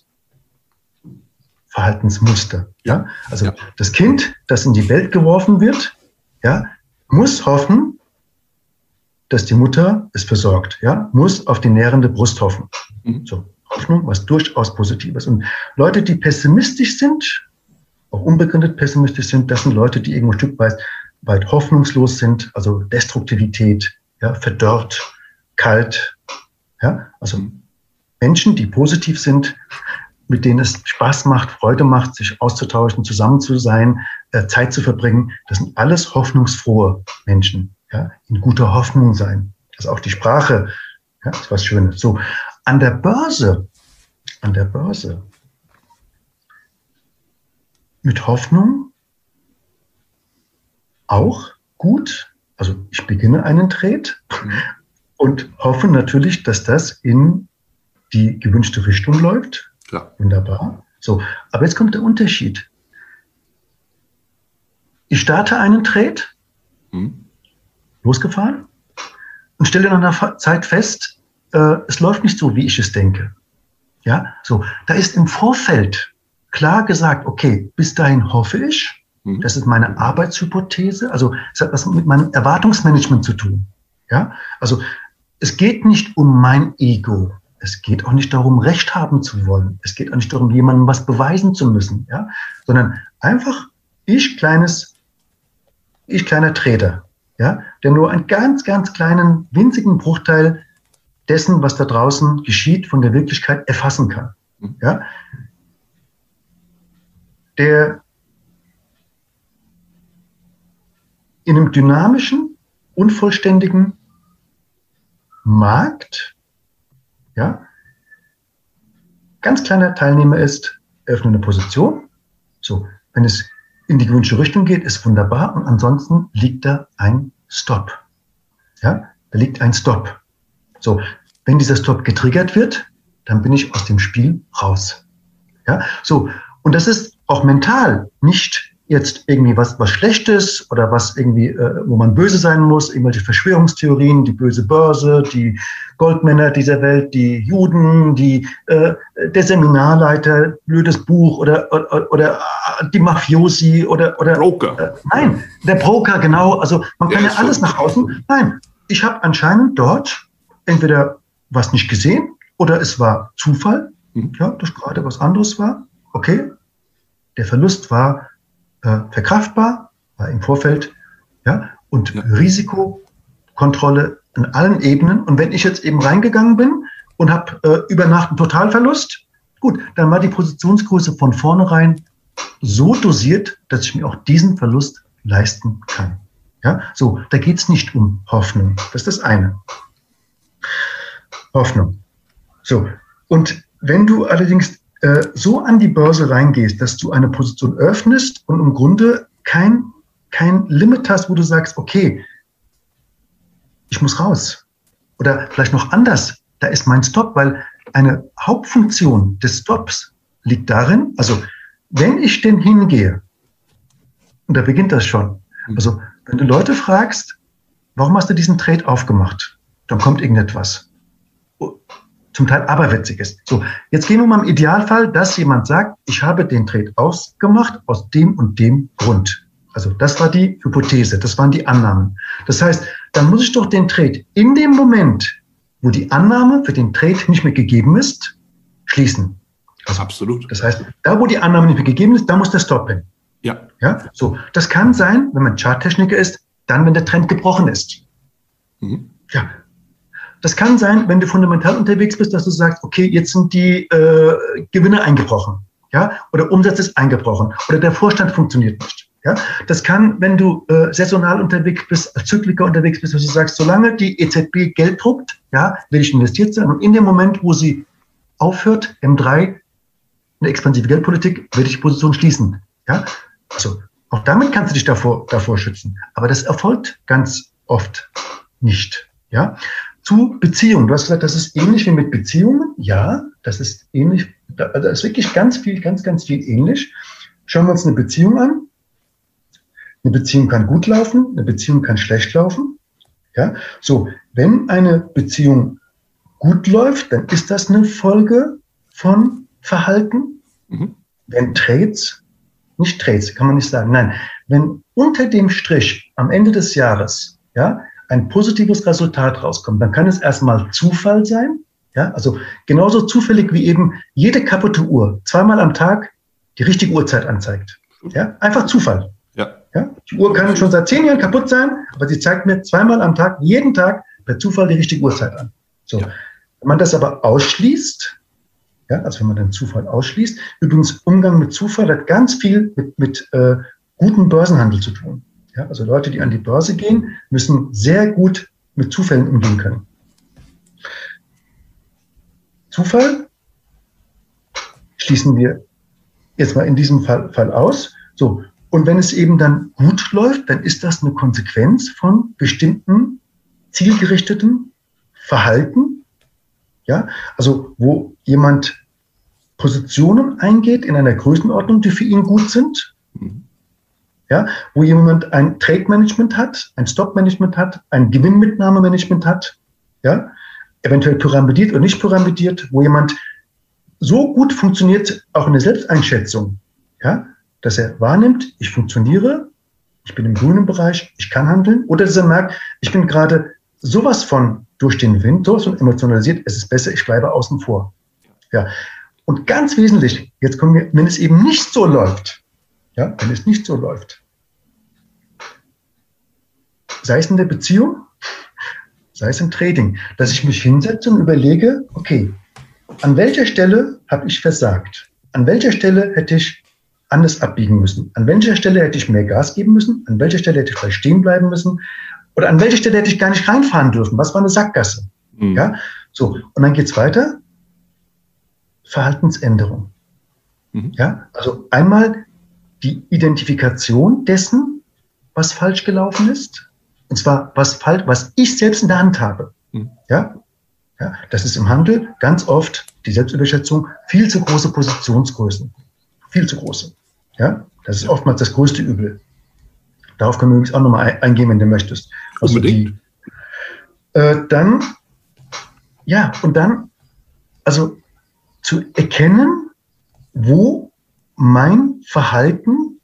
Verhaltensmuster. Ja? Also das Kind, das in die Welt geworfen wird, ja, muss hoffen, dass die Mutter es versorgt. Ja? Muss auf die nährende Brust hoffen. So, Hoffnung, was durchaus Positives. Und Leute, die pessimistisch sind, auch unbegründet pessimistisch sind, das sind Leute, die irgendwo ein Stück weit hoffnungslos sind, also Destruktivität, ja, verdorrt, kalt. Ja, also Menschen, die positiv sind, mit denen es Spaß macht, Freude macht, sich auszutauschen, zusammen zu sein, Zeit zu verbringen, das sind alles hoffnungsfrohe Menschen, ja, in guter Hoffnung sein. Das ist auch die Sprache, ja, ist was Schönes. So, an der Börse, mit Hoffnung auch gut. Also ich beginne einen Trade und hoffe natürlich, dass das in die gewünschte Richtung läuft. Klar. Wunderbar. So, aber jetzt kommt der Unterschied. Ich starte einen Trade, losgefahren und stelle nach einer Zeit fest, es läuft nicht so, wie ich es denke. Ja, so, da ist im Vorfeld klar gesagt, okay, bis dahin hoffe ich, das ist meine Arbeitshypothese, also es hat was mit meinem Erwartungsmanagement zu tun. Ja, also es geht nicht um mein Ego. Es geht auch nicht darum, Recht haben zu wollen. Es geht auch nicht darum, jemandem was beweisen zu müssen, ja? Sondern einfach ich kleiner Trader, ja? Der nur einen ganz, ganz kleinen, winzigen Bruchteil dessen, was da draußen geschieht, von der Wirklichkeit erfassen kann. Ja? Der in einem dynamischen, unvollständigen Markt, ja, ganz kleiner Teilnehmer ist, öffne eine Position. So, wenn es in die gewünschte Richtung geht, ist wunderbar. Und ansonsten liegt da ein Stop. Ja, da liegt ein Stop. So, wenn dieser Stop getriggert wird, dann bin ich aus dem Spiel raus. Ja, so. Und das ist auch mental nicht jetzt irgendwie was Schlechtes oder was irgendwie, wo man böse sein muss, irgendwelche Verschwörungstheorien, die böse Börse, die Goldmänner dieser Welt, die Juden, der Seminarleiter, blödes Buch oder die Mafiosi oder Broker. Nein, der Broker, genau. Also man kann ja alles nach außen. Nein, ich habe anscheinend dort entweder was nicht gesehen oder es war Zufall, ja, dass gerade was anderes war. Okay, der Verlust war verkraftbar, war im Vorfeld, ja, und Risikokontrolle an allen Ebenen. Und wenn ich jetzt eben reingegangen bin und habe über Nacht einen Totalverlust, gut, dann war die Positionsgröße von vornherein so dosiert, dass ich mir auch diesen Verlust leisten kann. Ja, so, da geht es nicht um Hoffnung. Das ist das eine. Hoffnung. So, und wenn du allerdings so an die Börse reingehst, dass du eine Position öffnest und im Grunde kein Limit hast, wo du sagst, okay, ich muss raus. Oder vielleicht noch anders, da ist mein Stop, weil eine Hauptfunktion des Stops liegt darin, also wenn ich denn hingehe, und da beginnt das schon, also wenn du Leute fragst, warum hast du diesen Trade aufgemacht, dann kommt irgendetwas. Zum Teil aberwitziges. So, jetzt gehen wir mal im Idealfall, dass jemand sagt, ich habe den Trade ausgemacht aus dem und dem Grund. Also das war die Hypothese, das waren die Annahmen. Das heißt, dann muss ich doch den Trade in dem Moment, wo die Annahme für den Trade nicht mehr gegeben ist, schließen. Also, absolut. Das heißt, da wo die Annahme nicht mehr gegeben ist, da muss der Stop hin. Ja. Ja, so. Das kann sein, wenn man Charttechniker ist, dann, wenn der Trend gebrochen ist. Ja. Das kann sein, wenn du fundamental unterwegs bist, dass du sagst, okay, jetzt sind die Gewinne eingebrochen, ja, oder Umsatz ist eingebrochen oder der Vorstand funktioniert nicht. Ja, das kann, wenn du saisonal unterwegs bist, als Zykliker unterwegs bist, dass du sagst, solange die EZB Geld druckt, ja, will ich investiert sein und in dem Moment, wo sie aufhört, M3, eine expansive Geldpolitik, will ich die Position schließen. Ja, also auch damit kannst du dich davor schützen, aber das erfolgt ganz oft nicht. Ja. Zu Beziehungen. Du hast gesagt, das ist ähnlich wie mit Beziehungen. Ja, das ist ähnlich. Da ist wirklich ganz viel ähnlich. Schauen wir uns eine Beziehung an. Eine Beziehung kann gut laufen, eine Beziehung kann schlecht laufen. Ja, so, wenn eine Beziehung gut läuft, dann ist das eine Folge von Verhalten. Wenn nicht Trades, kann man nicht sagen. Nein, wenn unter dem Strich am Ende des Jahres, ja, ein positives Resultat rauskommt, dann kann es erstmal Zufall sein, ja, also genauso zufällig wie eben jede kaputte Uhr zweimal am Tag die richtige Uhrzeit anzeigt. Ja, einfach Zufall. Ja. Ja, die Uhr kann schon seit 10 Jahren kaputt sein, aber sie zeigt mir zweimal am Tag, jeden Tag per Zufall die richtige Uhrzeit an. So. Ja. Wenn man das aber ausschließt, ja, also wenn man den Zufall ausschließt, übrigens Umgang mit Zufall hat ganz viel mit gutem Börsenhandel zu tun. Ja, also Leute, die an die Börse gehen, müssen sehr gut mit Zufällen umgehen können. Zufall schließen wir jetzt mal in diesem Fall aus. So, und wenn es eben dann gut läuft, dann ist das eine Konsequenz von bestimmten zielgerichteten Verhalten. Ja, also wo jemand Positionen eingeht in einer Größenordnung, die für ihn gut sind. Ja, wo jemand ein Trade-Management hat, ein Stop-Management hat, ein Gewinnmitnahme-Management hat, ja, eventuell pyramidiert oder nicht pyramidiert, wo jemand so gut funktioniert, auch in der Selbsteinschätzung, ja, dass er wahrnimmt, ich funktioniere, ich bin im grünen Bereich, ich kann handeln, oder dass er merkt, ich bin gerade sowas von durch den Wind, sowas von emotionalisiert, es ist besser, ich bleibe außen vor. Ja. Und ganz wesentlich, jetzt kommen wir, wenn es eben nicht so läuft, ja, wenn es nicht so läuft, sei es in der Beziehung, sei es im Trading, dass ich mich hinsetze und überlege, okay, an welcher Stelle habe ich versagt? An welcher Stelle hätte ich anders abbiegen müssen? An welcher Stelle hätte ich mehr Gas geben müssen? An welcher Stelle hätte ich vielleicht stehen bleiben müssen? Oder an welcher Stelle hätte ich gar nicht reinfahren dürfen? Was war eine Sackgasse? Mhm. Ja, so. Und dann geht's weiter. Verhaltensänderung. Mhm. Ja, also einmal die Identifikation dessen, was falsch gelaufen ist. Und zwar was ich selbst in der Hand habe. Mhm. Ja, das ist im Handel ganz oft die Selbstüberschätzung, viel zu große Positionsgrößen. Viel zu große. Ja, das ist oftmals das größte Übel. Darauf können wir übrigens auch nochmal eingehen, wenn du möchtest. Also unbedingt. Dann also zu erkennen, wo mein Verhalten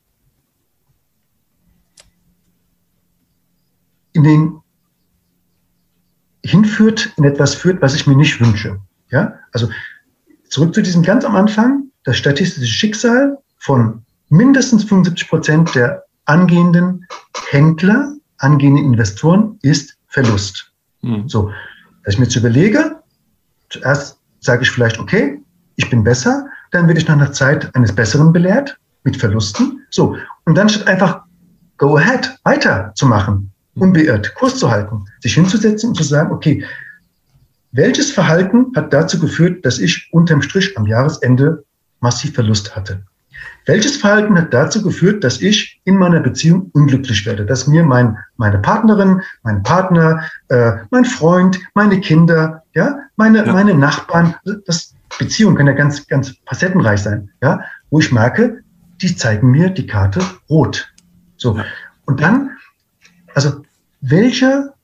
in etwas führt, was ich mir nicht wünsche. Ja, also zurück zu diesem ganz am Anfang, das statistische Schicksal von mindestens 75% der angehenden Händler, angehenden Investoren ist Verlust. Mhm. So, dass ich mir jetzt überlege, zuerst sage ich vielleicht, okay, ich bin besser, dann werde ich nach einer Zeit eines Besseren belehrt, mit Verlusten. So, und dann statt einfach go ahead, weiter zu machen, unbeirrt, Kurs zu halten, sich hinzusetzen und zu sagen, okay, welches Verhalten hat dazu geführt, dass ich unterm Strich am Jahresende massiv Verlust hatte? Welches Verhalten hat dazu geführt, dass ich in meiner Beziehung unglücklich werde, dass mir meine Partnerin, mein Partner, mein Freund, meine Kinder, ja, meine Nachbarn, Beziehungen können ja ganz, ganz facettenreich sein, ja, wo ich merke, die zeigen mir die Karte rot. So. Ja. Und dann, also, welche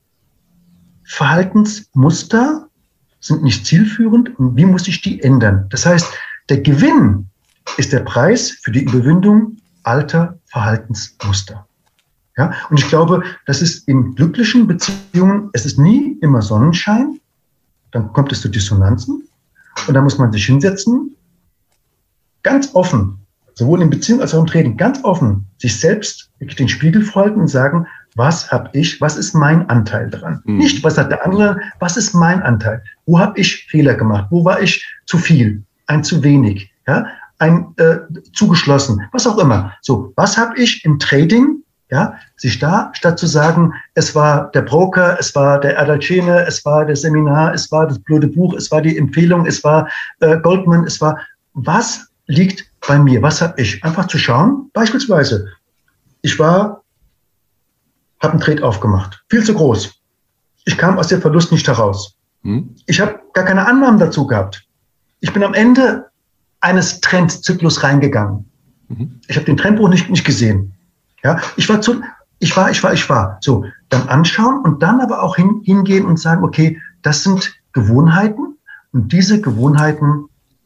Verhaltensmuster sind nicht zielführend und wie muss ich die ändern? Das heißt, der Gewinn ist der Preis für die Überwindung alter Verhaltensmuster. Ja, und ich glaube, das ist in glücklichen Beziehungen, es ist nie immer Sonnenschein, dann kommt es zu Dissonanzen und da muss man sich hinsetzen, ganz offen, sowohl in Beziehung als auch im Trading, ganz offen, sich selbst wirklich den Spiegel vorhalten und sagen, was habe ich, was ist mein Anteil dran? Mhm. Nicht, was hat der andere, was ist mein Anteil? Wo habe ich Fehler gemacht? Wo war ich zu viel, ein zu wenig, ja, ein zugeschlossen, was auch immer. So, was habe ich im Trading, ja, sich da, statt zu sagen, es war der Broker, es war der Adalcene, es war der Seminar, es war das blöde Buch, es war die Empfehlung, es war Goldman, es war, was liegt bei mir, was habe ich? Einfach zu schauen, beispielsweise, ich habe einen Trade aufgemacht, viel zu groß. Ich kam aus dem Verlust nicht heraus. Ich habe gar keine Annahmen dazu gehabt. Ich bin am Ende eines Trendzyklus reingegangen. Ich habe den Trendbruch nicht gesehen. Ja, ich war. So, dann anschauen und dann aber auch hingehen und sagen, okay, das sind Gewohnheiten und diese Gewohnheiten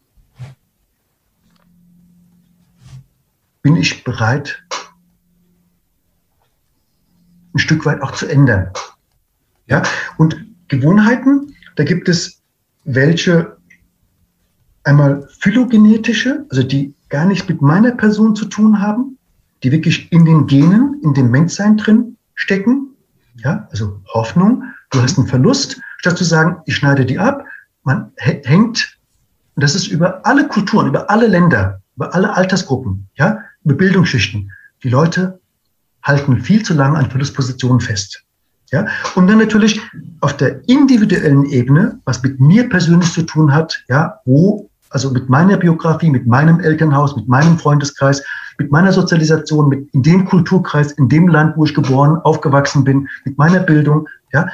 bin ich bereit, ein Stück weit auch zu ändern. Ja, und Gewohnheiten, da gibt es welche einmal phylogenetische, also die gar nichts mit meiner Person zu tun haben, die wirklich in den Genen, in dem Menschsein drin stecken. Ja, also Hoffnung, du hast einen Verlust, statt zu sagen, ich schneide die ab. Man hängt, und das ist über alle Kulturen, über alle Länder, über alle Altersgruppen, ja, über Bildungsschichten. Die Leute halten viel zu lange an Verlustpositionen fest. Ja, und dann natürlich auf der individuellen Ebene, was mit mir persönlich zu tun hat, ja, also mit meiner Biografie, mit meinem Elternhaus, mit meinem Freundeskreis, mit meiner Sozialisation, in dem Kulturkreis, in dem Land, wo ich geboren, aufgewachsen bin, mit meiner Bildung, ja.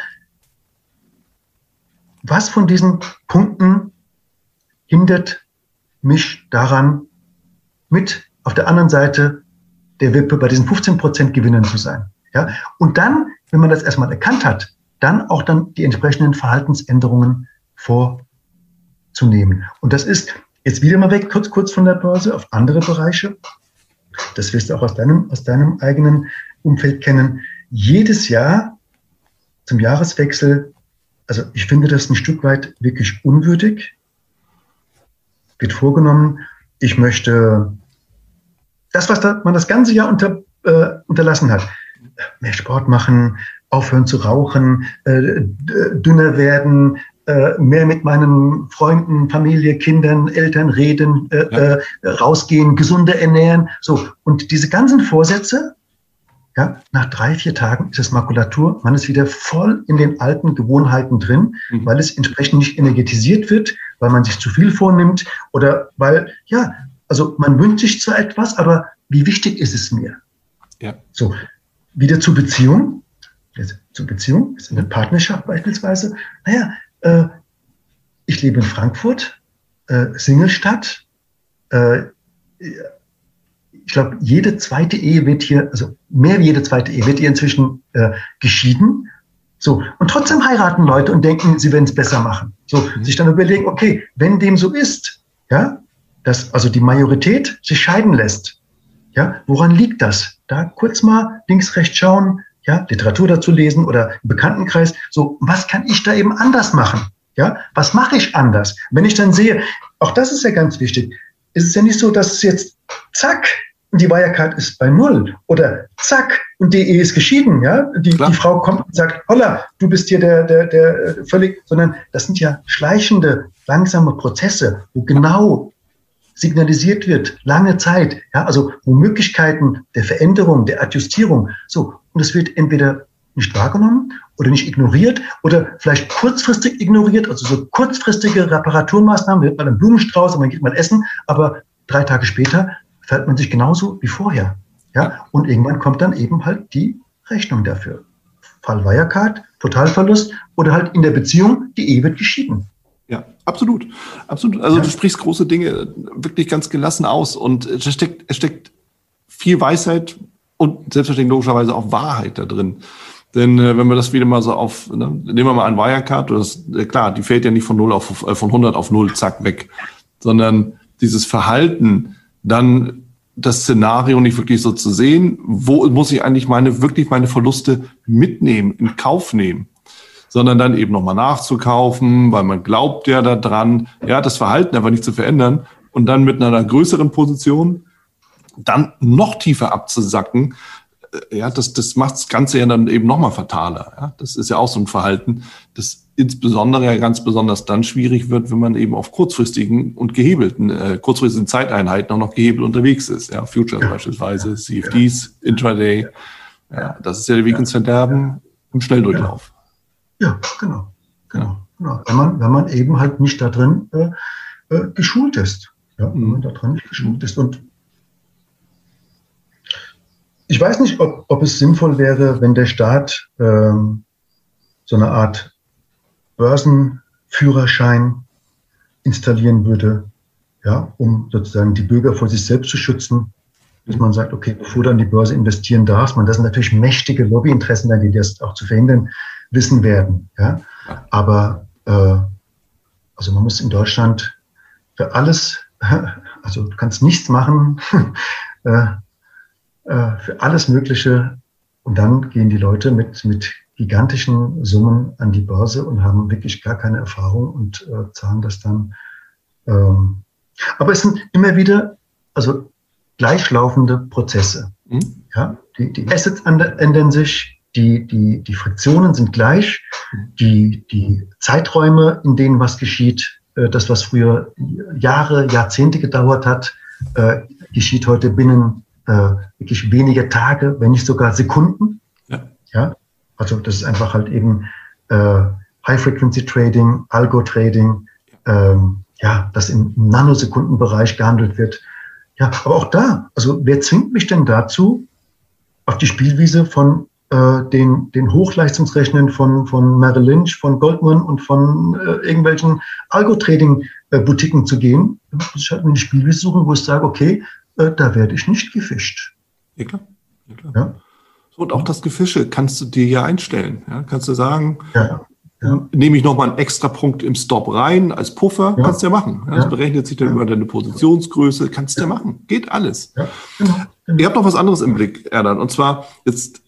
Was von diesen Punkten hindert mich daran, mit auf der anderen Seite der Wippe bei diesen 15% Gewinnern zu sein? Ja, und dann, wenn man das erstmal erkannt hat, dann die entsprechenden Verhaltensänderungen vorzunehmen. Und das ist jetzt wieder mal weg, kurz von der Börse, auf andere Bereiche. Das wirst du auch aus deinem eigenen Umfeld kennen. Jedes Jahr zum Jahreswechsel, also ich finde das ein Stück weit wirklich unwürdig, wird vorgenommen, ich möchte das, was man das ganze Jahr unterlassen hat, mehr Sport machen, aufhören zu rauchen, dünner werden, mehr mit meinen Freunden, Familie, Kindern, Eltern reden, rausgehen, gesunder ernähren. So. Und diese ganzen Vorsätze, ja, nach 3-4 Tagen ist es Makulatur, man ist wieder voll in den alten Gewohnheiten drin, weil es entsprechend nicht energetisiert wird, weil man sich zu viel vornimmt oder weil, ja, also man wünscht sich zwar etwas, aber wie wichtig ist es mir? Ja. So, wieder zur Beziehung. Zur Beziehung, ist eine Partnerschaft beispielsweise. Naja, ich lebe in Frankfurt, Singlestadt. Ich glaube, jede zweite Ehe wird hier, also mehr wie jede zweite Ehe wird hier inzwischen geschieden. So, und trotzdem heiraten Leute und denken, sie werden es besser machen. So, sich dann überlegen, okay, wenn dem so ist, ja, dass also die Majorität sich scheiden lässt, ja, woran liegt das? Da kurz mal links, rechts schauen, ja, Literatur dazu lesen oder im Bekanntenkreis. So, was kann ich da eben anders machen? Ja, was mache ich anders? Wenn ich dann sehe, auch das ist ja ganz wichtig, ist es ja nicht so, dass es jetzt zack und die Wirecard ist bei 0 oder zack und die Ehe ist geschieden. Ja, die Frau kommt und sagt, holla, du bist hier der völlig, sondern das sind ja schleichende, langsame Prozesse, wo genau signalisiert wird, lange Zeit, ja, also wo Möglichkeiten der Veränderung, der Adjustierung, so, und es wird entweder nicht wahrgenommen oder nicht ignoriert oder vielleicht kurzfristig ignoriert, also so kurzfristige Reparaturmaßnahmen, wird mal ein Blumenstrauß und man geht mal essen, aber 3 Tage später verhält man sich genauso wie vorher, ja, und irgendwann kommt dann eben halt die Rechnung dafür. Fall Wirecard, Totalverlust oder halt in der Beziehung, die Ehe wird geschieden. Ja, absolut. Absolut. Also du sprichst große Dinge wirklich ganz gelassen aus und es steckt viel Weisheit und selbstverständlich logischerweise auch Wahrheit da drin. Denn wenn wir das wieder mal so nehmen wir mal an Wirecard, klar, die fällt ja nicht von 100 auf 0, zack, weg, sondern dieses Verhalten, dann das Szenario nicht wirklich so zu sehen, wo muss ich eigentlich meine Verluste mitnehmen, in Kauf nehmen, sondern dann eben nochmal nachzukaufen, weil man glaubt ja daran, ja, das Verhalten einfach nicht zu verändern und dann mit einer größeren Position dann noch tiefer abzusacken, ja, das macht das Ganze ja dann eben nochmal fataler. Ja. Das ist ja auch so ein Verhalten, das insbesondere ja ganz besonders dann schwierig wird, wenn man eben auf kurzfristigen und kurzfristigen Zeiteinheiten auch noch gehebelt unterwegs ist. Ja, Futures beispielsweise, CFDs, Intraday. Ja, das ist ja der Weg ins Verderben im Schnelldurchlauf. Ja, genau. Wenn man eben halt nicht da drin geschult ist. Ja, wenn man da drin nicht geschult ist. Und ich weiß nicht, ob es sinnvoll wäre, wenn der Staat so eine Art Börsenführerschein installieren würde, ja, um sozusagen die Bürger vor sich selbst zu schützen. Dass man sagt, okay, bevor du an die Börse investieren darfst, das sind natürlich mächtige Lobbyinteressen, die das auch zu verhindern wissen werden. Ja? Aber also man muss in Deutschland für alles, also du kannst nichts machen, für alles Mögliche. Und dann gehen die Leute mit gigantischen Summen an die Börse und haben wirklich gar keine Erfahrung und zahlen das dann. Aber es sind immer wieder also gleichlaufende Prozesse. Ja? Die Assets ändern sich, die Friktionen sind gleich, die Zeiträume, in denen was geschieht, das, was früher Jahre, Jahrzehnte gedauert hat, geschieht heute binnen wirklich wenige Tage, wenn nicht sogar Sekunden. Ja? Also das ist einfach halt eben High-Frequency-Trading, Algo-Trading, das im Nanosekundenbereich gehandelt wird. Ja, aber auch da, also wer zwingt mich denn dazu, auf die Spielwiese von den Hochleistungsrechnern von Merrill Lynch, von Goldman und von irgendwelchen Algo-Trading-Boutiquen zu gehen? Da muss ich halt eine Spielwiese suchen, wo ich sage, okay, da werde ich nicht gefischt. Ja, klar. Ja. So, und auch das Gefische kannst du dir ja einstellen. Ja? Kannst du sagen, nehme ich nochmal einen extra Punkt im Stop rein als Puffer, kannst du ja machen. Ja? Das berechnet sich dann über deine Positionsgröße, kannst du ja machen. Geht alles. Ja, genau. Ihr habt noch was anderes im Blick, Erdan, und zwar jetzt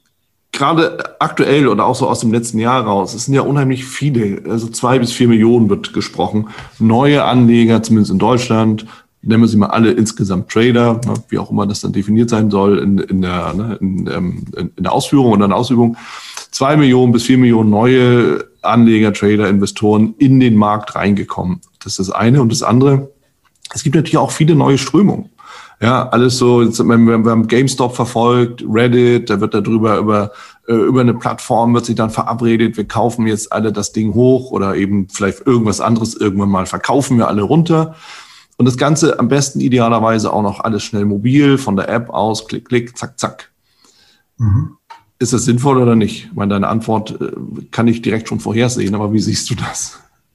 gerade aktuell oder auch so aus dem letzten Jahr raus, es sind ja unheimlich viele, also 2 bis 4 Millionen wird gesprochen, neue Anleger, zumindest in Deutschland, nennen wir sie mal alle insgesamt Trader, ne, wie auch immer das dann definiert sein soll in der Ausführung oder in der Ausübung, 2 Millionen bis 4 Millionen neue Anleger, Trader, Investoren in den Markt reingekommen. Das ist das eine. Und das andere, es gibt natürlich auch viele neue Strömungen. Ja, alles so, wir haben GameStop verfolgt, Reddit, da wird darüber über eine Plattform wird sich dann verabredet, wir kaufen jetzt alle das Ding hoch oder eben vielleicht irgendwas anderes irgendwann mal verkaufen wir alle runter. Und das Ganze am besten idealerweise auch noch alles schnell mobil, von der App aus, klick, klick, zack, zack. Mhm. Ist das sinnvoll oder nicht? Ich meine, deine Antwort kann ich direkt schon vorhersehen, aber wie siehst du das?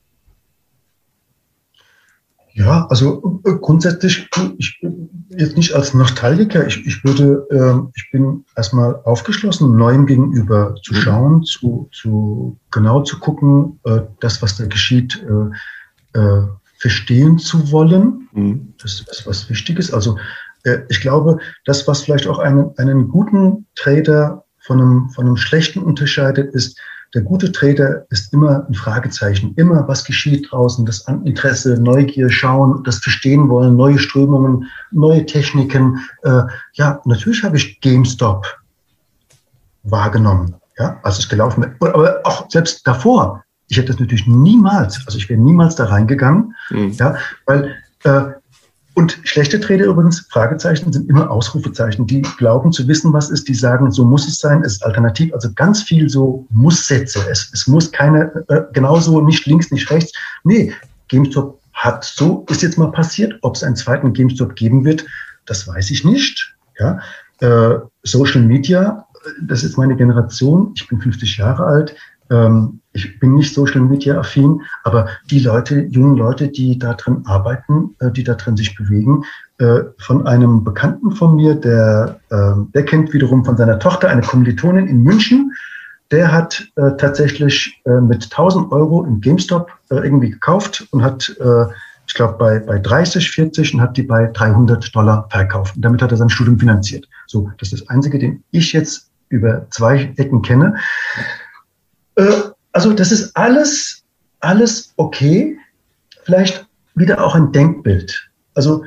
Ja, also grundsätzlich, ich jetzt nicht als Nostalgiker, ich bin erstmal aufgeschlossen, Neuem gegenüber zu schauen, genau zu gucken, das, was da geschieht, verstehen zu wollen. Das ist was Wichtiges. Also ich glaube, das, was vielleicht auch einen guten Trader von einem schlechten unterscheidet, ist, der gute Trader ist immer ein Fragezeichen. Immer, was geschieht draußen, das Interesse, Neugier, Schauen, das Verstehen wollen, neue Strömungen, neue Techniken. Ja, natürlich habe ich GameStop wahrgenommen, ja, als es gelaufen ist. Aber auch selbst davor, ich hätte das natürlich niemals, also ich wäre niemals da reingegangen, ja, weil und schlechte Trader übrigens, Fragezeichen, sind immer Ausrufezeichen. Die glauben zu wissen, was ist. Die sagen, so muss es sein, es ist alternativ. Also ganz viel so Muss-Sätze. Es muss keine, genauso nicht links, nicht rechts. Nee, GameStop ist jetzt mal passiert. Ob es einen zweiten GameStop geben wird, das weiß ich nicht. Ja, Social Media, das ist meine Generation. Ich bin 50 Jahre alt. Ich bin nicht Social Media affin, aber die jungen Leute, die da drin arbeiten, die da drin sich bewegen, von einem Bekannten von mir, der kennt wiederum von seiner Tochter eine Kommilitonin in München, der hat tatsächlich mit 1.000 Euro in GameStop irgendwie gekauft und hat, ich glaube, bei 30, 40 und hat die bei $300 verkauft. Und damit hat er sein Studium finanziert. So, das ist das Einzige, den ich jetzt über 2 Ecken kenne. Also das ist alles okay, vielleicht wieder auch ein Denkbild. Also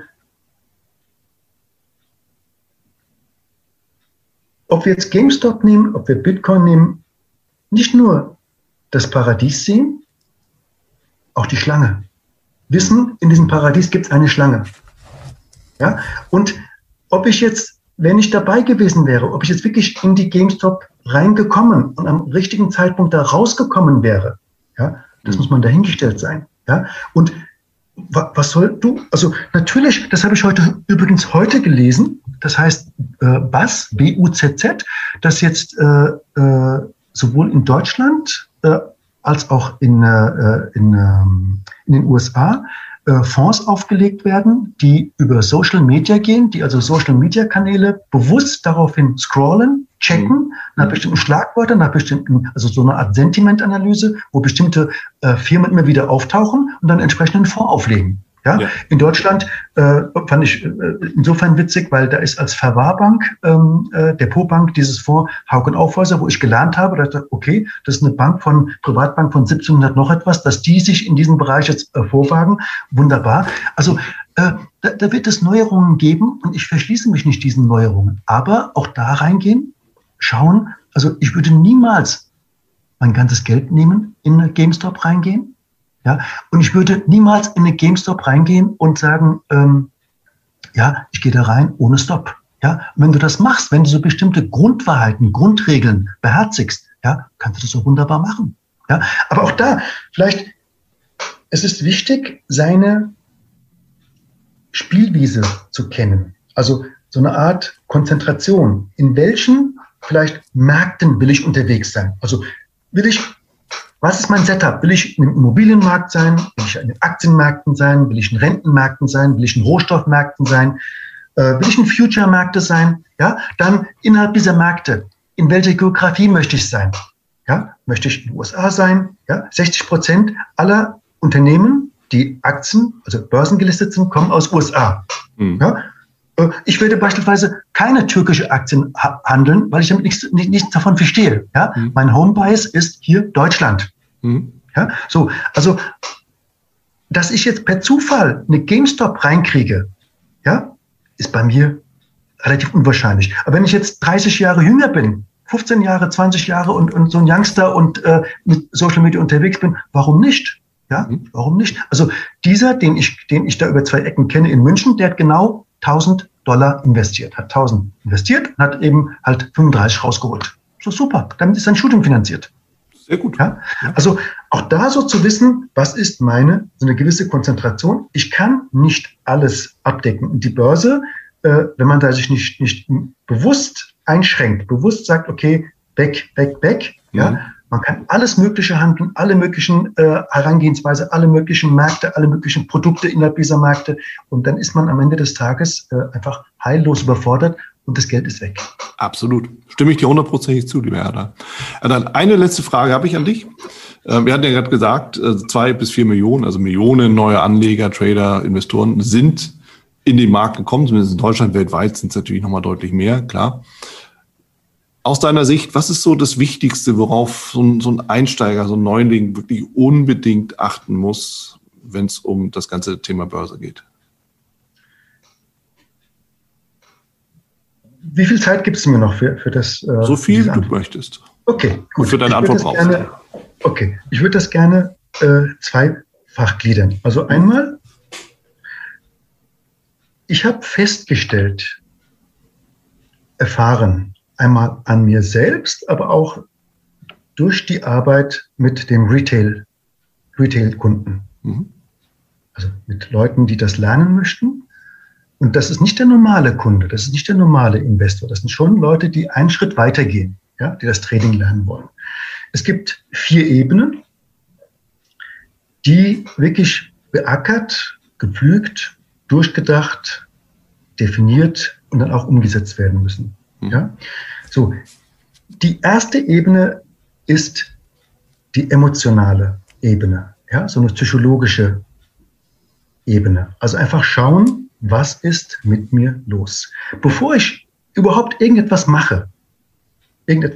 ob wir jetzt GameStop nehmen, ob wir Bitcoin nehmen, nicht nur das Paradies sehen, auch die Schlange. Wissen, in diesem Paradies gibt es eine Schlange. Ja? Und ob ich jetzt, wenn ich dabei gewesen wäre, ob ich jetzt wirklich in die GameStop reingekommen und am richtigen Zeitpunkt da rausgekommen wäre, ja, das muss man dahingestellt sein. Ja, und was soll du? Also natürlich, das habe ich übrigens heute gelesen. Das heißt BUZZ, B-U-Z-Z, das jetzt sowohl in Deutschland als auch in den USA Fonds aufgelegt werden, die über Social Media gehen, die also Social Media Kanäle bewusst daraufhin scrollen, checken, nach bestimmten Schlagwörtern, nach bestimmten, also so eine Art Sentimentanalyse, wo bestimmte Firmen immer wieder auftauchen und dann entsprechend einen Fonds auflegen. Ja? In Deutschland fand ich insofern witzig, weil da ist als Verwahrbank, Depotbank dieses Fonds Hauck & Aufhäuser, wo ich gelernt habe, da dachte, okay, das ist eine Privatbank von 1700 noch etwas, dass die sich in diesem Bereich jetzt vorwagen. Wunderbar. Also da wird es Neuerungen geben und ich verschließe mich nicht diesen Neuerungen. Aber auch da reingehen, schauen, also ich würde niemals mein ganzes Geld nehmen, in eine GameStop reingehen. Ja, und ich würde niemals in eine GameStop reingehen und sagen, ja, ich gehe da rein ohne Stop. Ja, und wenn du das machst, wenn du so bestimmte Grundwahrheiten, Grundregeln beherzigst, ja, kannst du das so wunderbar machen. Ja, aber auch da, vielleicht, es ist wichtig, seine Spielwiese zu kennen. Also so eine Art Konzentration. In welchen vielleicht Märkten will ich unterwegs sein? Also was ist mein Setup? Will ich im Immobilienmarkt sein? Will ich in den Aktienmärkten sein? Will ich in Rentenmärkten sein? Will ich in Rohstoffmärkten sein? Will ich in Future-Märkte sein? Ja, dann innerhalb dieser Märkte, in welcher Geografie möchte ich sein? Ja, möchte ich in den USA sein? Ja, 60% aller Unternehmen, die Aktien, also börsengelistet sind, kommen aus USA. Ja, Ich werde beispielsweise keine türkische Aktien handeln, weil ich damit nichts davon verstehe. Ja? Mein Home-Bias ist hier Deutschland. Ja? So, also, dass ich jetzt per Zufall eine GameStop reinkriege, ja, ist bei mir relativ unwahrscheinlich. Aber wenn ich jetzt 30 Jahre jünger bin, 15 Jahre, 20 Jahre und so ein Youngster und mit Social Media unterwegs bin, warum nicht? Ja, warum nicht? Also dieser, den ich da über 2 Ecken kenne in München, der hat genau $1.000 investiert, hat 1.000 investiert und hat eben halt 35 rausgeholt. So super, damit ist sein Studium finanziert. Sehr gut. Ja? Also auch da so zu wissen, was ist so eine gewisse Konzentration. Ich kann nicht alles abdecken. Und die Börse, wenn man da sich nicht bewusst einschränkt, bewusst sagt, okay, weg, ja, man kann alles Mögliche handeln, alle möglichen Herangehensweise, alle möglichen Märkte, alle möglichen Produkte innerhalb dieser Märkte. Und dann ist man am Ende des Tages einfach heillos überfordert und das Geld ist weg. Absolut. Stimme ich dir 100% zu, lieber Herr. Dann eine letzte Frage habe ich an dich. Wir hatten ja gerade gesagt, 2 bis 4 Millionen, also Millionen neue Anleger, Trader, Investoren sind in den Markt gekommen, zumindest in Deutschland. Weltweit sind es natürlich nochmal deutlich mehr, klar. Aus deiner Sicht, was ist so das Wichtigste, worauf so ein Einsteiger, so ein Neuling wirklich unbedingt achten muss, wenn es um das ganze Thema Börse geht? Wie viel Zeit gibt es mir noch für das? So viel du möchtest. Okay, gut. Für deine Antwort brauchst du. Okay, ich würde das gerne zweifach gliedern. Also einmal, ich habe festgestellt, erfahren, einmal an mir selbst, aber auch durch die Arbeit mit dem Retail-Kunden. Also mit Leuten, die das lernen möchten. Und das ist nicht der normale Kunde, das ist nicht der normale Investor. Das sind schon Leute, die einen Schritt weitergehen, ja, die das Trading lernen wollen. Es gibt 4 Ebenen, die wirklich beackert, gepflügt, durchgedacht, definiert und dann auch umgesetzt werden müssen. Ja? So, die erste Ebene ist die emotionale Ebene, ja? So eine psychologische Ebene. Also einfach schauen, was ist mit mir los? Bevor ich überhaupt irgendetwas mache, Geld,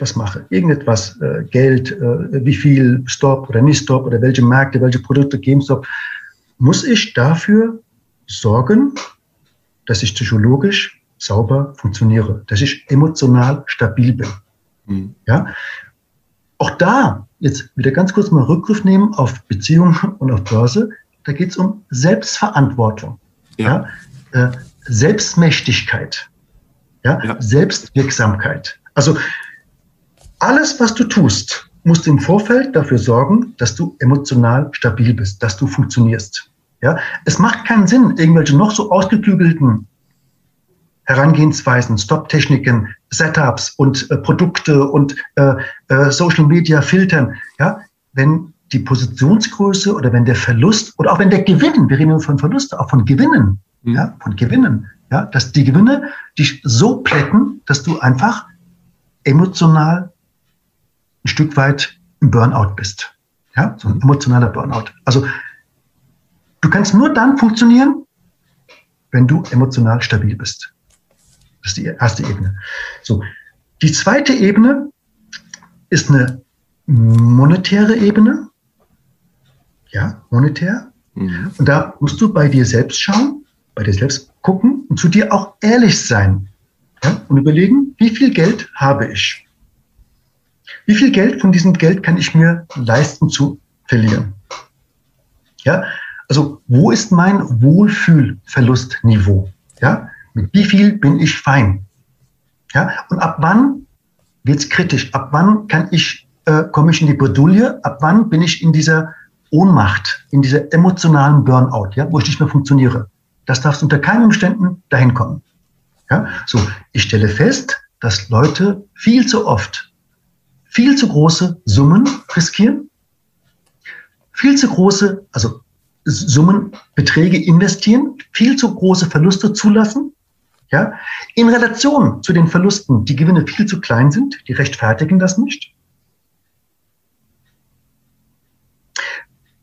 wie viel Stop oder nicht Stop oder welche Märkte, welche Produkte, GameStop, muss ich dafür sorgen, dass ich psychologisch sauber funktioniere, dass ich emotional stabil bin. Ja? Auch da, jetzt wieder ganz kurz mal Rückgriff nehmen auf Beziehungen und auf Börse, da geht es um Selbstverantwortung, ja? Selbstmächtigkeit, Selbstwirksamkeit. Also alles, was du tust, musst du im Vorfeld dafür sorgen, dass du emotional stabil bist, dass du funktionierst. Ja? Es macht keinen Sinn, irgendwelche noch so ausgeklügelten Herangehensweisen, Stop-Techniken, Setups und Produkte und Social Media filtern, ja, wenn die Positionsgröße oder wenn der Verlust oder auch wenn der Gewinn, wir reden von Verlusten, auch von Gewinnen, ja, dass die Gewinne dich so plätten, dass du einfach emotional ein Stück weit im Burnout bist. Ja, so ein emotionaler Burnout. Also du kannst nur dann funktionieren, wenn du emotional stabil bist. Das ist die erste Ebene. So, die zweite Ebene ist eine monetäre Ebene. Ja, monetär. Und da musst du bei dir selbst schauen, bei dir selbst gucken und zu dir auch ehrlich sein. Ja, und überlegen, wie viel Geld habe ich? Wie viel Geld von diesem Geld kann ich mir leisten zu verlieren? Ja, also wo ist mein Wohlfühlverlustniveau? Ja, mit wie viel bin ich fein? Ja, und ab wann wird es kritisch? Ab wann komme ich in die Bredouille? Ab wann bin ich in dieser Ohnmacht, in dieser emotionalen Burnout, ja, wo ich nicht mehr funktioniere? Das darfst unter keinen Umständen dahin kommen. Ja, so, ich stelle fest, dass Leute viel zu oft viel zu große Summen riskieren, viel zu große, also Beträge investieren, viel zu große Verluste zulassen, ja, in Relation zu den Verlusten, die Gewinne viel zu klein sind, die rechtfertigen das nicht.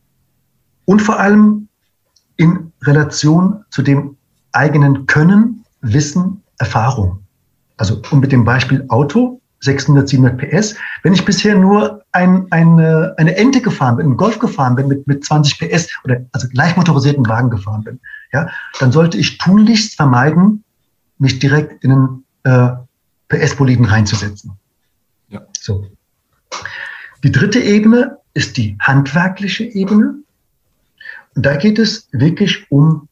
Und vor allem in Relation zu dem eigenen Können Wissen, Erfahrung. Also, und mit dem Beispiel Auto, 600, 700 PS, wenn ich bisher nur eine Ente gefahren bin, einen Golf gefahren bin mit 20 PS oder also leicht motorisierten Wagen gefahren bin, ja, dann sollte ich tunlichst vermeiden, mich direkt in einen PS-Boliden reinzusetzen. Ja. So. Die dritte Ebene ist die handwerkliche Ebene. Und da geht es wirklich um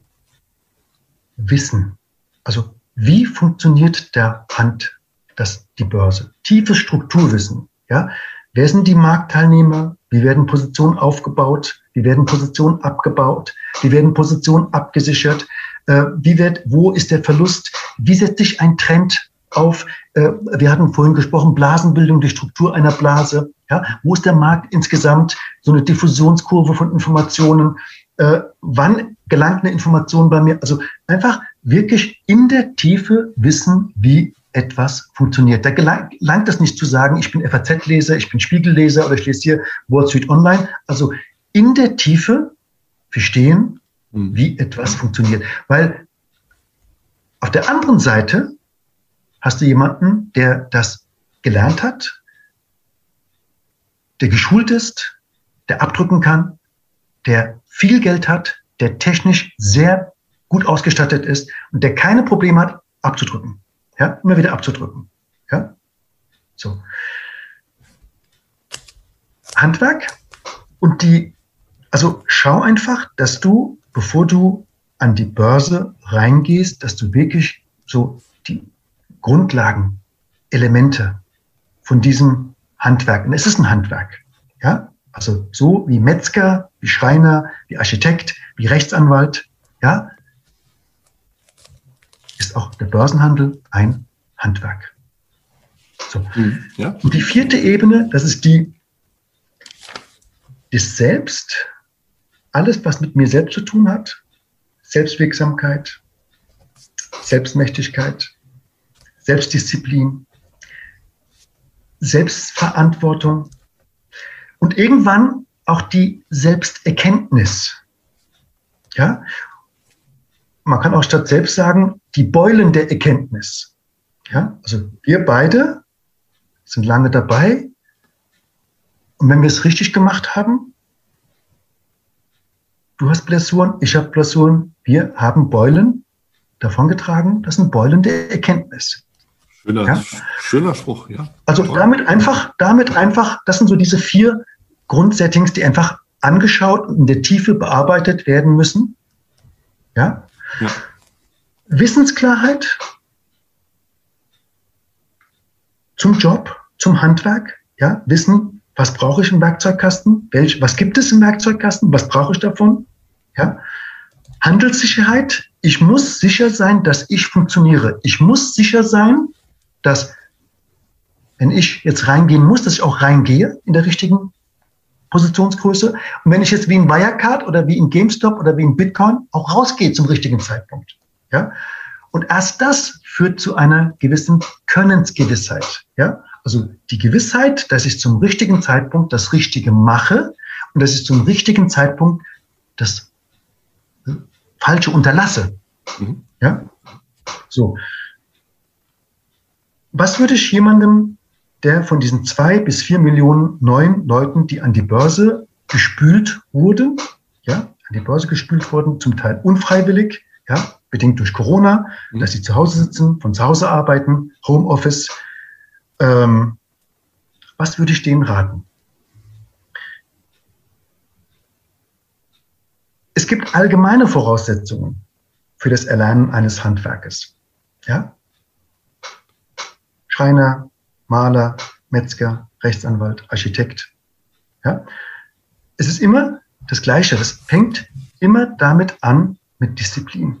Wissen. Also wie funktioniert die Börse? Tiefes Strukturwissen. Ja? Wer sind die Marktteilnehmer? Wie werden Positionen aufgebaut? Wie werden Positionen abgebaut? Wie werden Positionen abgesichert? Wo ist der Verlust? Wie setzt sich ein Trend auf? Wir hatten vorhin gesprochen, Blasenbildung, die Struktur einer Blase. Ja? Wo ist der Markt insgesamt? So eine Diffusionskurve von Informationen. Wann gelangt eine Information bei mir? Also einfach wirklich in der Tiefe wissen, wie etwas funktioniert. Da gelangt es nicht zu sagen, ich bin FAZ-Leser, ich bin Spiegel-Leser oder ich lese hier Wall Street Online. Also in der Tiefe verstehen, wie etwas funktioniert. Weil auf der anderen Seite hast du jemanden, der das gelernt hat, der geschult ist, der abdrücken kann, der viel Geld hat, der technisch sehr gut ausgestattet ist und der keine Probleme hat, abzudrücken. Ja, immer wieder abzudrücken. Ja, so. Handwerk und also schau einfach, dass du, bevor du an die Börse reingehst, dass du wirklich so die Grundlagen, Elemente von diesem Handwerk, und es ist ein Handwerk, ja, also so wie Metzger, wie Schreiner, wie Architekt, wie Rechtsanwalt, ja, ist auch der Börsenhandel ein Handwerk. So. Ja. Und die vierte Ebene, das ist das Selbst, alles, was mit mir selbst zu tun hat, Selbstwirksamkeit, Selbstmächtigkeit, Selbstdisziplin, Selbstverantwortung und irgendwann auch die Selbsterkenntnis. Ja? Man kann auch statt selbst sagen, die Beulen der Erkenntnis. Ja? Also wir beide sind lange dabei und wenn wir es richtig gemacht haben, du hast Blessuren, ich habe Blessuren, wir haben Beulen davongetragen, das sind Beulen der Erkenntnis. Schöner Spruch, ja. Also damit einfach, das sind so diese 4 Grundsettings, die einfach angeschaut und in der Tiefe bearbeitet werden müssen. Ja? Ja. Wissensklarheit zum Job, zum Handwerk, ja, wissen, was brauche ich im Werkzeugkasten, was gibt es im Werkzeugkasten, was brauche ich davon, ja. Handelssicherheit, ich muss sicher sein, dass ich funktioniere. Ich muss sicher sein, dass, wenn ich jetzt reingehen muss, dass ich auch reingehe in der richtigen Positionsgröße. Und wenn ich jetzt wie in Wirecard oder wie in GameStop oder wie in Bitcoin auch rausgehe zum richtigen Zeitpunkt. Ja? Und erst das führt zu einer gewissen Könnensgewissheit. Ja? Also die Gewissheit, dass ich zum richtigen Zeitpunkt das Richtige mache und dass ich zum richtigen Zeitpunkt das Falsche unterlasse. Ja? So. Was würde ich jemandem, der von diesen 2 bis 4 Millionen neuen Leuten, die an die Börse gespült wurden, ja, an die Börse gespült wurden, zum Teil unfreiwillig, ja, bedingt durch Corona, dass sie zu Hause sitzen, von zu Hause arbeiten, Homeoffice, was würde ich denen raten? Es gibt allgemeine Voraussetzungen für das Erlernen eines Handwerkes. Ja? Schreiner, Maler, Metzger, Rechtsanwalt, Architekt. Ja? Es ist immer das Gleiche. Das fängt immer damit an mit Disziplin.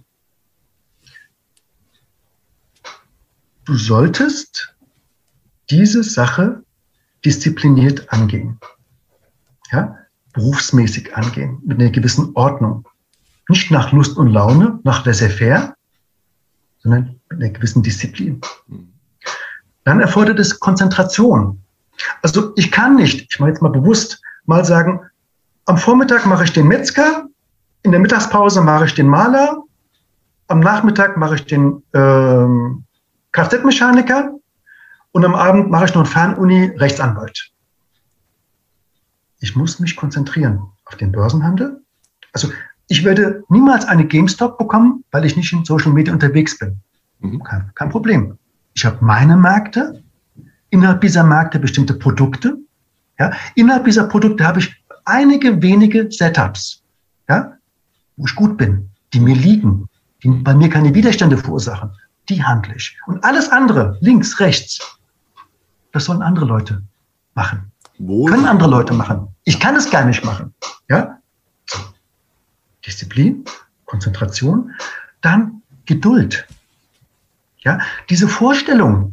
Du solltest diese Sache diszipliniert angehen. Ja? Berufsmäßig angehen, mit einer gewissen Ordnung. Nicht nach Lust und Laune, nach laissez-faire, sondern mit einer gewissen Disziplin. Dann erfordert es Konzentration. Also ich kann nicht, ich mache jetzt mal bewusst, mal sagen, am Vormittag mache ich den Metzger, in der Mittagspause mache ich den Maler, am Nachmittag mache ich den Kfz-Mechaniker und am Abend mache ich noch einen Fernuni-Rechtsanwalt. Ich muss mich konzentrieren auf den Börsenhandel. Also ich werde niemals eine GameStop bekommen, weil ich nicht in Social Media unterwegs bin. Kein Problem. Ich habe meine Märkte, innerhalb dieser Märkte bestimmte Produkte. Ja? Innerhalb dieser Produkte habe ich einige wenige Setups, ja? Wo ich gut bin, die mir liegen, die bei mir keine Widerstände verursachen. Die handle ich. Und alles andere, links, rechts, das sollen andere Leute machen. Können andere Leute machen. Ich kann es gar nicht machen. Ja? Disziplin, Konzentration, dann Geduld. Ja? Diese Vorstellung,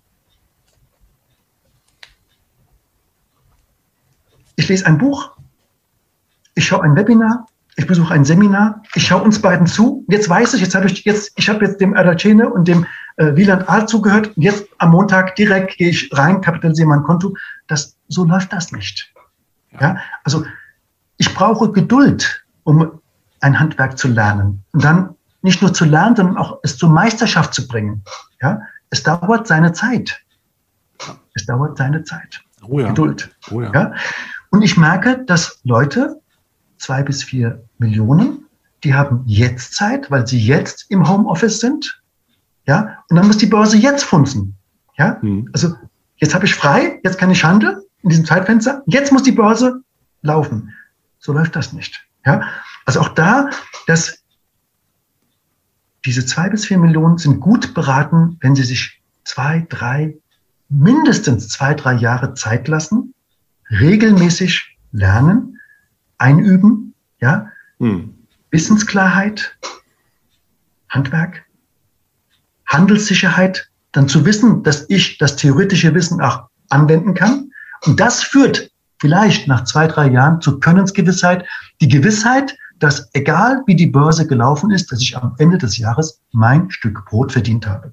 ich lese ein Buch, ich schaue ein Webinar, ich besuche ein Seminar, ich schaue uns beiden zu. Jetzt weiß ich, ich habe jetzt dem Adalcene und dem Wieland Ahl zugehört. Und jetzt am Montag direkt gehe ich rein, kapitalisiere mein Konto. So läuft das nicht. Ja? Also ich brauche Geduld, um ein Handwerk zu lernen. Und dann nicht nur zu lernen, sondern auch es zur Meisterschaft zu bringen. Ja? Es dauert seine Zeit. Es dauert seine Zeit. Oh ja. Geduld. Oh ja. Ja? Und ich merke, dass Leute, 2 bis 4 Millionen, die haben jetzt Zeit, weil sie jetzt im Homeoffice sind. Ja? Und dann muss die Börse jetzt funzen. Ja? Also jetzt habe ich frei, jetzt kann ich handeln in diesem Zeitfenster. Jetzt muss die Börse laufen. So läuft das nicht. Ja? Also auch da, dass diese 2 bis 4 Millionen sind gut beraten, wenn sie sich mindestens 2, 3 Jahre Zeit lassen, regelmäßig lernen, einüben, ja, Wissensklarheit, Handwerk, Handelssicherheit, dann zu wissen, dass ich das theoretische Wissen auch anwenden kann. Und das führt vielleicht nach 2, 3 Jahren zur Könnensgewissheit, die Gewissheit, dass egal wie die Börse gelaufen ist, dass ich am Ende des Jahres mein Stück Brot verdient habe.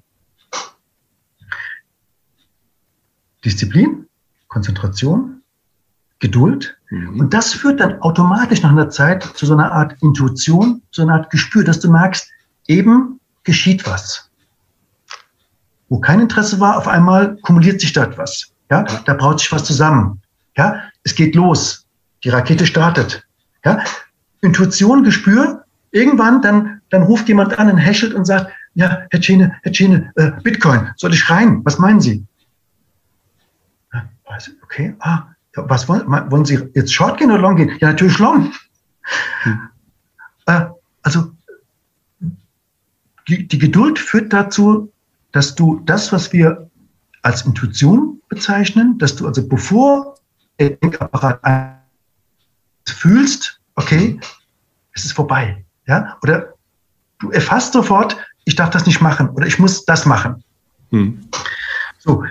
Disziplin, Konzentration, Geduld. Und das führt dann automatisch nach einer Zeit zu so einer Art Intuition, so einer Art Gespür, dass du merkst, eben geschieht was. Wo kein Interesse war, auf einmal kumuliert sich da etwas. Ja? Da braut sich was zusammen. Ja? Es geht los. Die Rakete startet. Ja? Intuition, Gespür. Irgendwann dann ruft jemand an und häschelt und sagt, ja, Herr Tschene, Bitcoin, soll ich rein? Was meinen Sie? Ja, okay, was wollen Sie jetzt Short gehen oder Long gehen? Ja, natürlich Long. Also die Geduld führt dazu, dass du das, was wir als Intuition bezeichnen, dass du also bevor der Denkapparat fühlst, okay, es ist vorbei, ja, oder du erfasst sofort, ich darf das nicht machen oder ich muss das machen. So.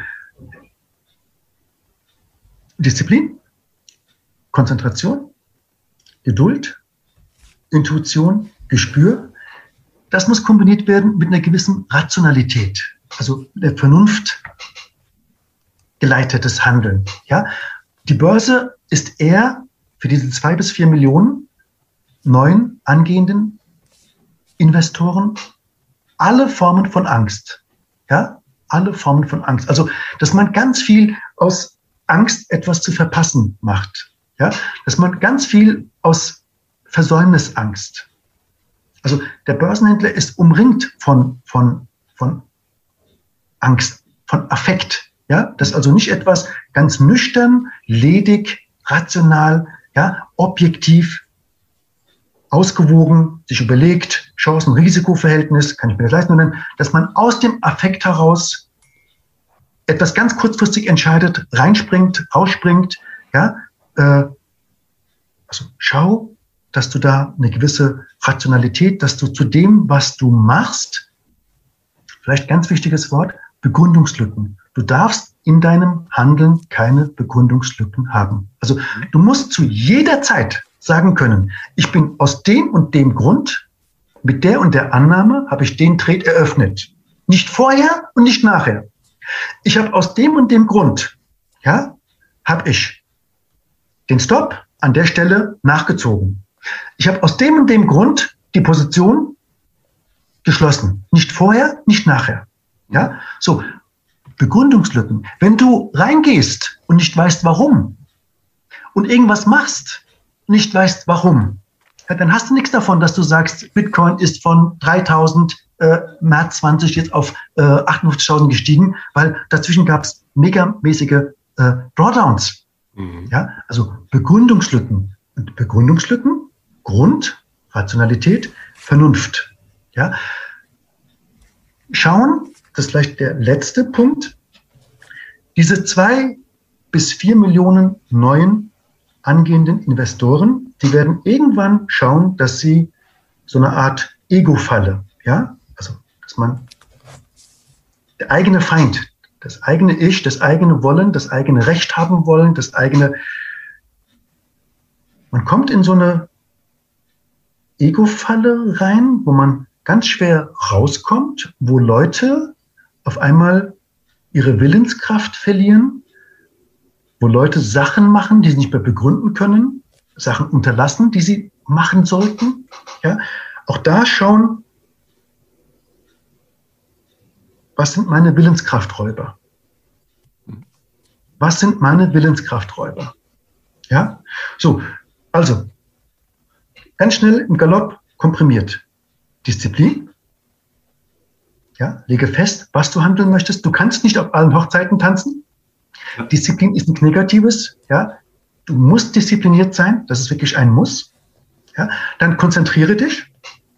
Disziplin, Konzentration, Geduld, Intuition, Gespür. Das muss kombiniert werden mit einer gewissen Rationalität, also der Vernunft geleitetes Handeln. Ja? Die Börse ist eher für diese 2 bis 4 Millionen neuen angehenden Investoren alle Formen von Angst. Ja? Alle Formen von Angst. Also, dass man ganz viel aus Angst, etwas zu verpassen, macht. Ja? Dass man ganz viel aus Versäumnisangst. Also der Börsenhändler ist umringt von Angst, von Affekt. Ja? Das ist also nicht etwas ganz nüchtern, ledig, rational, ja? Objektiv, ausgewogen, sich überlegt, Chancen-Risiko-Verhältnis, kann ich mir das leisten, sondern dass man aus dem Affekt heraus etwas ganz kurzfristig entscheidet, reinspringt, rausspringt, ja, also schau, dass du da eine gewisse Rationalität, dass du zu dem, was du machst, vielleicht ganz wichtiges Wort, Begründungslücken. Du darfst in deinem Handeln keine Begründungslücken haben. Also du musst zu jeder Zeit sagen können, ich bin aus dem und dem Grund, mit der und der Annahme habe ich den Trade eröffnet. Nicht vorher und nicht nachher. Ich habe aus dem und dem Grund, ja, habe ich den Stop an der Stelle nachgezogen. Ich habe aus dem und dem Grund die Position geschlossen. Nicht vorher, nicht nachher. Ja, so. Begründungslücken. Wenn du reingehst und nicht weißt, warum und irgendwas machst, nicht weißt, warum, ja, dann hast du nichts davon, dass du sagst, Bitcoin ist von 3.000 März 20 jetzt auf 58.000 gestiegen, weil dazwischen gab es megamäßige Drawdowns. Ja, also Begründungslücken. Und Begründungslücken, Grund, Rationalität, Vernunft. Ja, schauen, das ist vielleicht der letzte Punkt. Diese 2 bis 4 Millionen neuen angehenden Investoren, die werden irgendwann schauen, dass sie so eine Art Ego-Falle, ja, also dass man der eigene Feind, das eigene Ich, das eigene Wollen, das eigene Recht haben wollen, das eigene, man kommt in so eine Ego-Falle rein, wo man ganz schwer rauskommt, wo Leute auf einmal ihre Willenskraft verlieren, wo Leute Sachen machen, die sie nicht mehr begründen können, Sachen unterlassen, die sie machen sollten. Ja? Auch da schauen, was sind meine Willenskrafträuber? Was sind meine Willenskrafträuber? Ja? So, also, ganz schnell im Galopp komprimiert. Disziplin. Ja, lege fest, was du handeln möchtest. Du kannst nicht auf allen Hochzeiten tanzen. Disziplin ist nichts Negatives. Ja, du musst diszipliniert sein. Das ist wirklich ein Muss. Ja, dann konzentriere dich.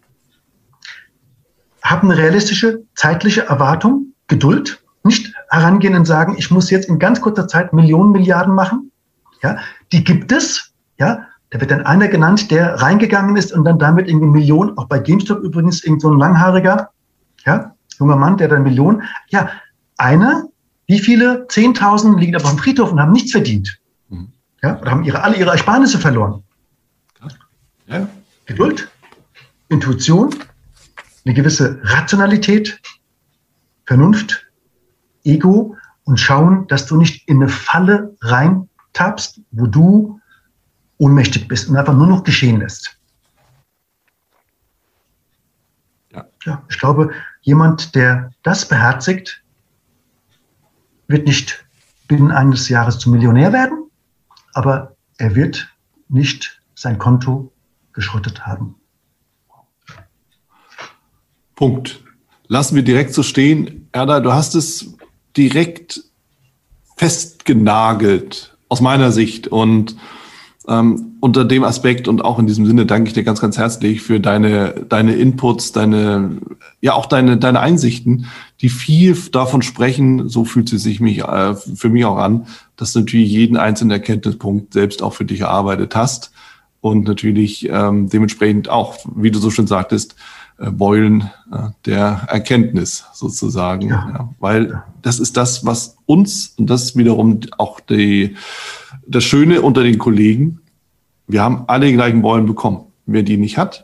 Hab eine realistische zeitliche Erwartung, Geduld. Nicht herangehen und sagen, ich muss jetzt in ganz kurzer Zeit Millionen, Milliarden machen. Ja, die gibt es. Ja, da wird dann einer genannt, der reingegangen ist und dann damit irgendwie Millionen, auch bei GameStop übrigens, irgend so ein langhaariger, ja, junger Mann, der dann Millionen, ja, einer, wie viele? 10.000 liegen aber am Friedhof und haben nichts verdient. Ja, oder haben alle ihre Ersparnisse verloren. Ja. Geduld, Intuition, eine gewisse Rationalität, Vernunft, Ego und schauen, dass du nicht in eine Falle reintappst, wo du ohnmächtig bist und einfach nur noch geschehen lässt. Ja, ich glaube, jemand, der das beherzigt, wird nicht binnen eines Jahres zum Millionär werden, aber er wird nicht sein Konto geschrottet haben. Punkt. Lassen wir direkt so stehen. Erdal, du hast es direkt festgenagelt, aus meiner Sicht. Und unter dem Aspekt und auch in diesem Sinne danke ich dir ganz, ganz herzlich für deine Inputs, deine Einsichten, die viel davon sprechen. So fühlt es sich für mich auch an, dass du natürlich jeden einzelnen Erkenntnispunkt selbst auch für dich erarbeitet hast und natürlich dementsprechend auch, wie du so schön sagtest, Beulen der Erkenntnis sozusagen. Ja, weil das ist das, was uns, und das ist wiederum auch das Schöne unter den Kollegen, wir haben alle die gleichen Beulen bekommen. Wer die nicht hat,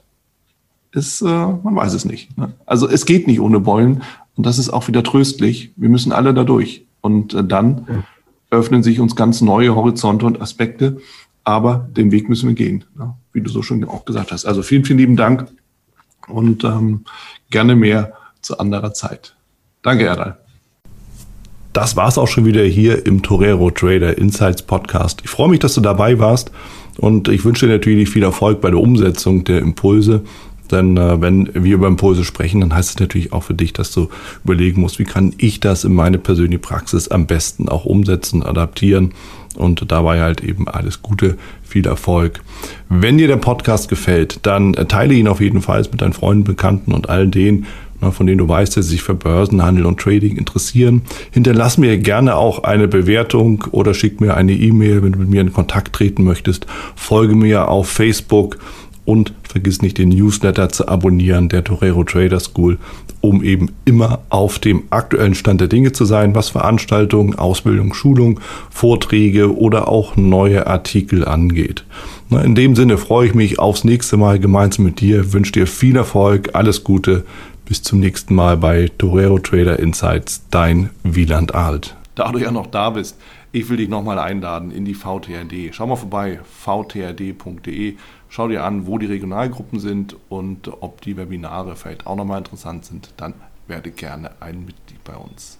man weiß es nicht. Ne? Also es geht nicht ohne Beulen und das ist auch wieder tröstlich. Wir müssen alle da durch und dann öffnen sich uns ganz neue Horizonte und Aspekte, aber den Weg müssen wir gehen, ne? Wie du so schon auch gesagt hast. Also vielen, vielen lieben Dank und gerne mehr zu anderer Zeit. Danke, Erdal. Das war's auch schon wieder hier im Torero Trader Insights Podcast. Ich freue mich, dass du dabei warst und ich wünsche dir natürlich viel Erfolg bei der Umsetzung der Impulse. Denn wenn wir über Impulse sprechen, dann heißt es natürlich auch für dich, dass du überlegen musst, wie kann ich das in meine persönliche Praxis am besten auch umsetzen, adaptieren und dabei halt eben alles Gute, viel Erfolg. Wenn dir der Podcast gefällt, dann teile ihn auf jeden Fall mit deinen Freunden, Bekannten und all denen, von denen du weißt, dass sie sich für Börsenhandel und Trading interessieren. Hinterlass mir gerne auch eine Bewertung oder schick mir eine E-Mail, wenn du mit mir in Kontakt treten möchtest. Folge mir auf Facebook und vergiss nicht, den Newsletter zu abonnieren, der Torero Trader School, um eben immer auf dem aktuellen Stand der Dinge zu sein, was Veranstaltungen, Ausbildung, Schulung, Vorträge oder auch neue Artikel angeht. In dem Sinne freue ich mich aufs nächste Mal gemeinsam mit dir, wünsche dir viel Erfolg, alles Gute. Bis zum nächsten Mal bei Torero Trader Insights, dein Wieland Alt. Da du ja noch da bist, Ich will dich nochmal einladen in die VTRD. Schau mal vorbei, vtrd.de. Schau dir an, wo die Regionalgruppen sind und ob die Webinare vielleicht auch nochmal interessant sind. Dann werde gerne ein Mitglied bei uns.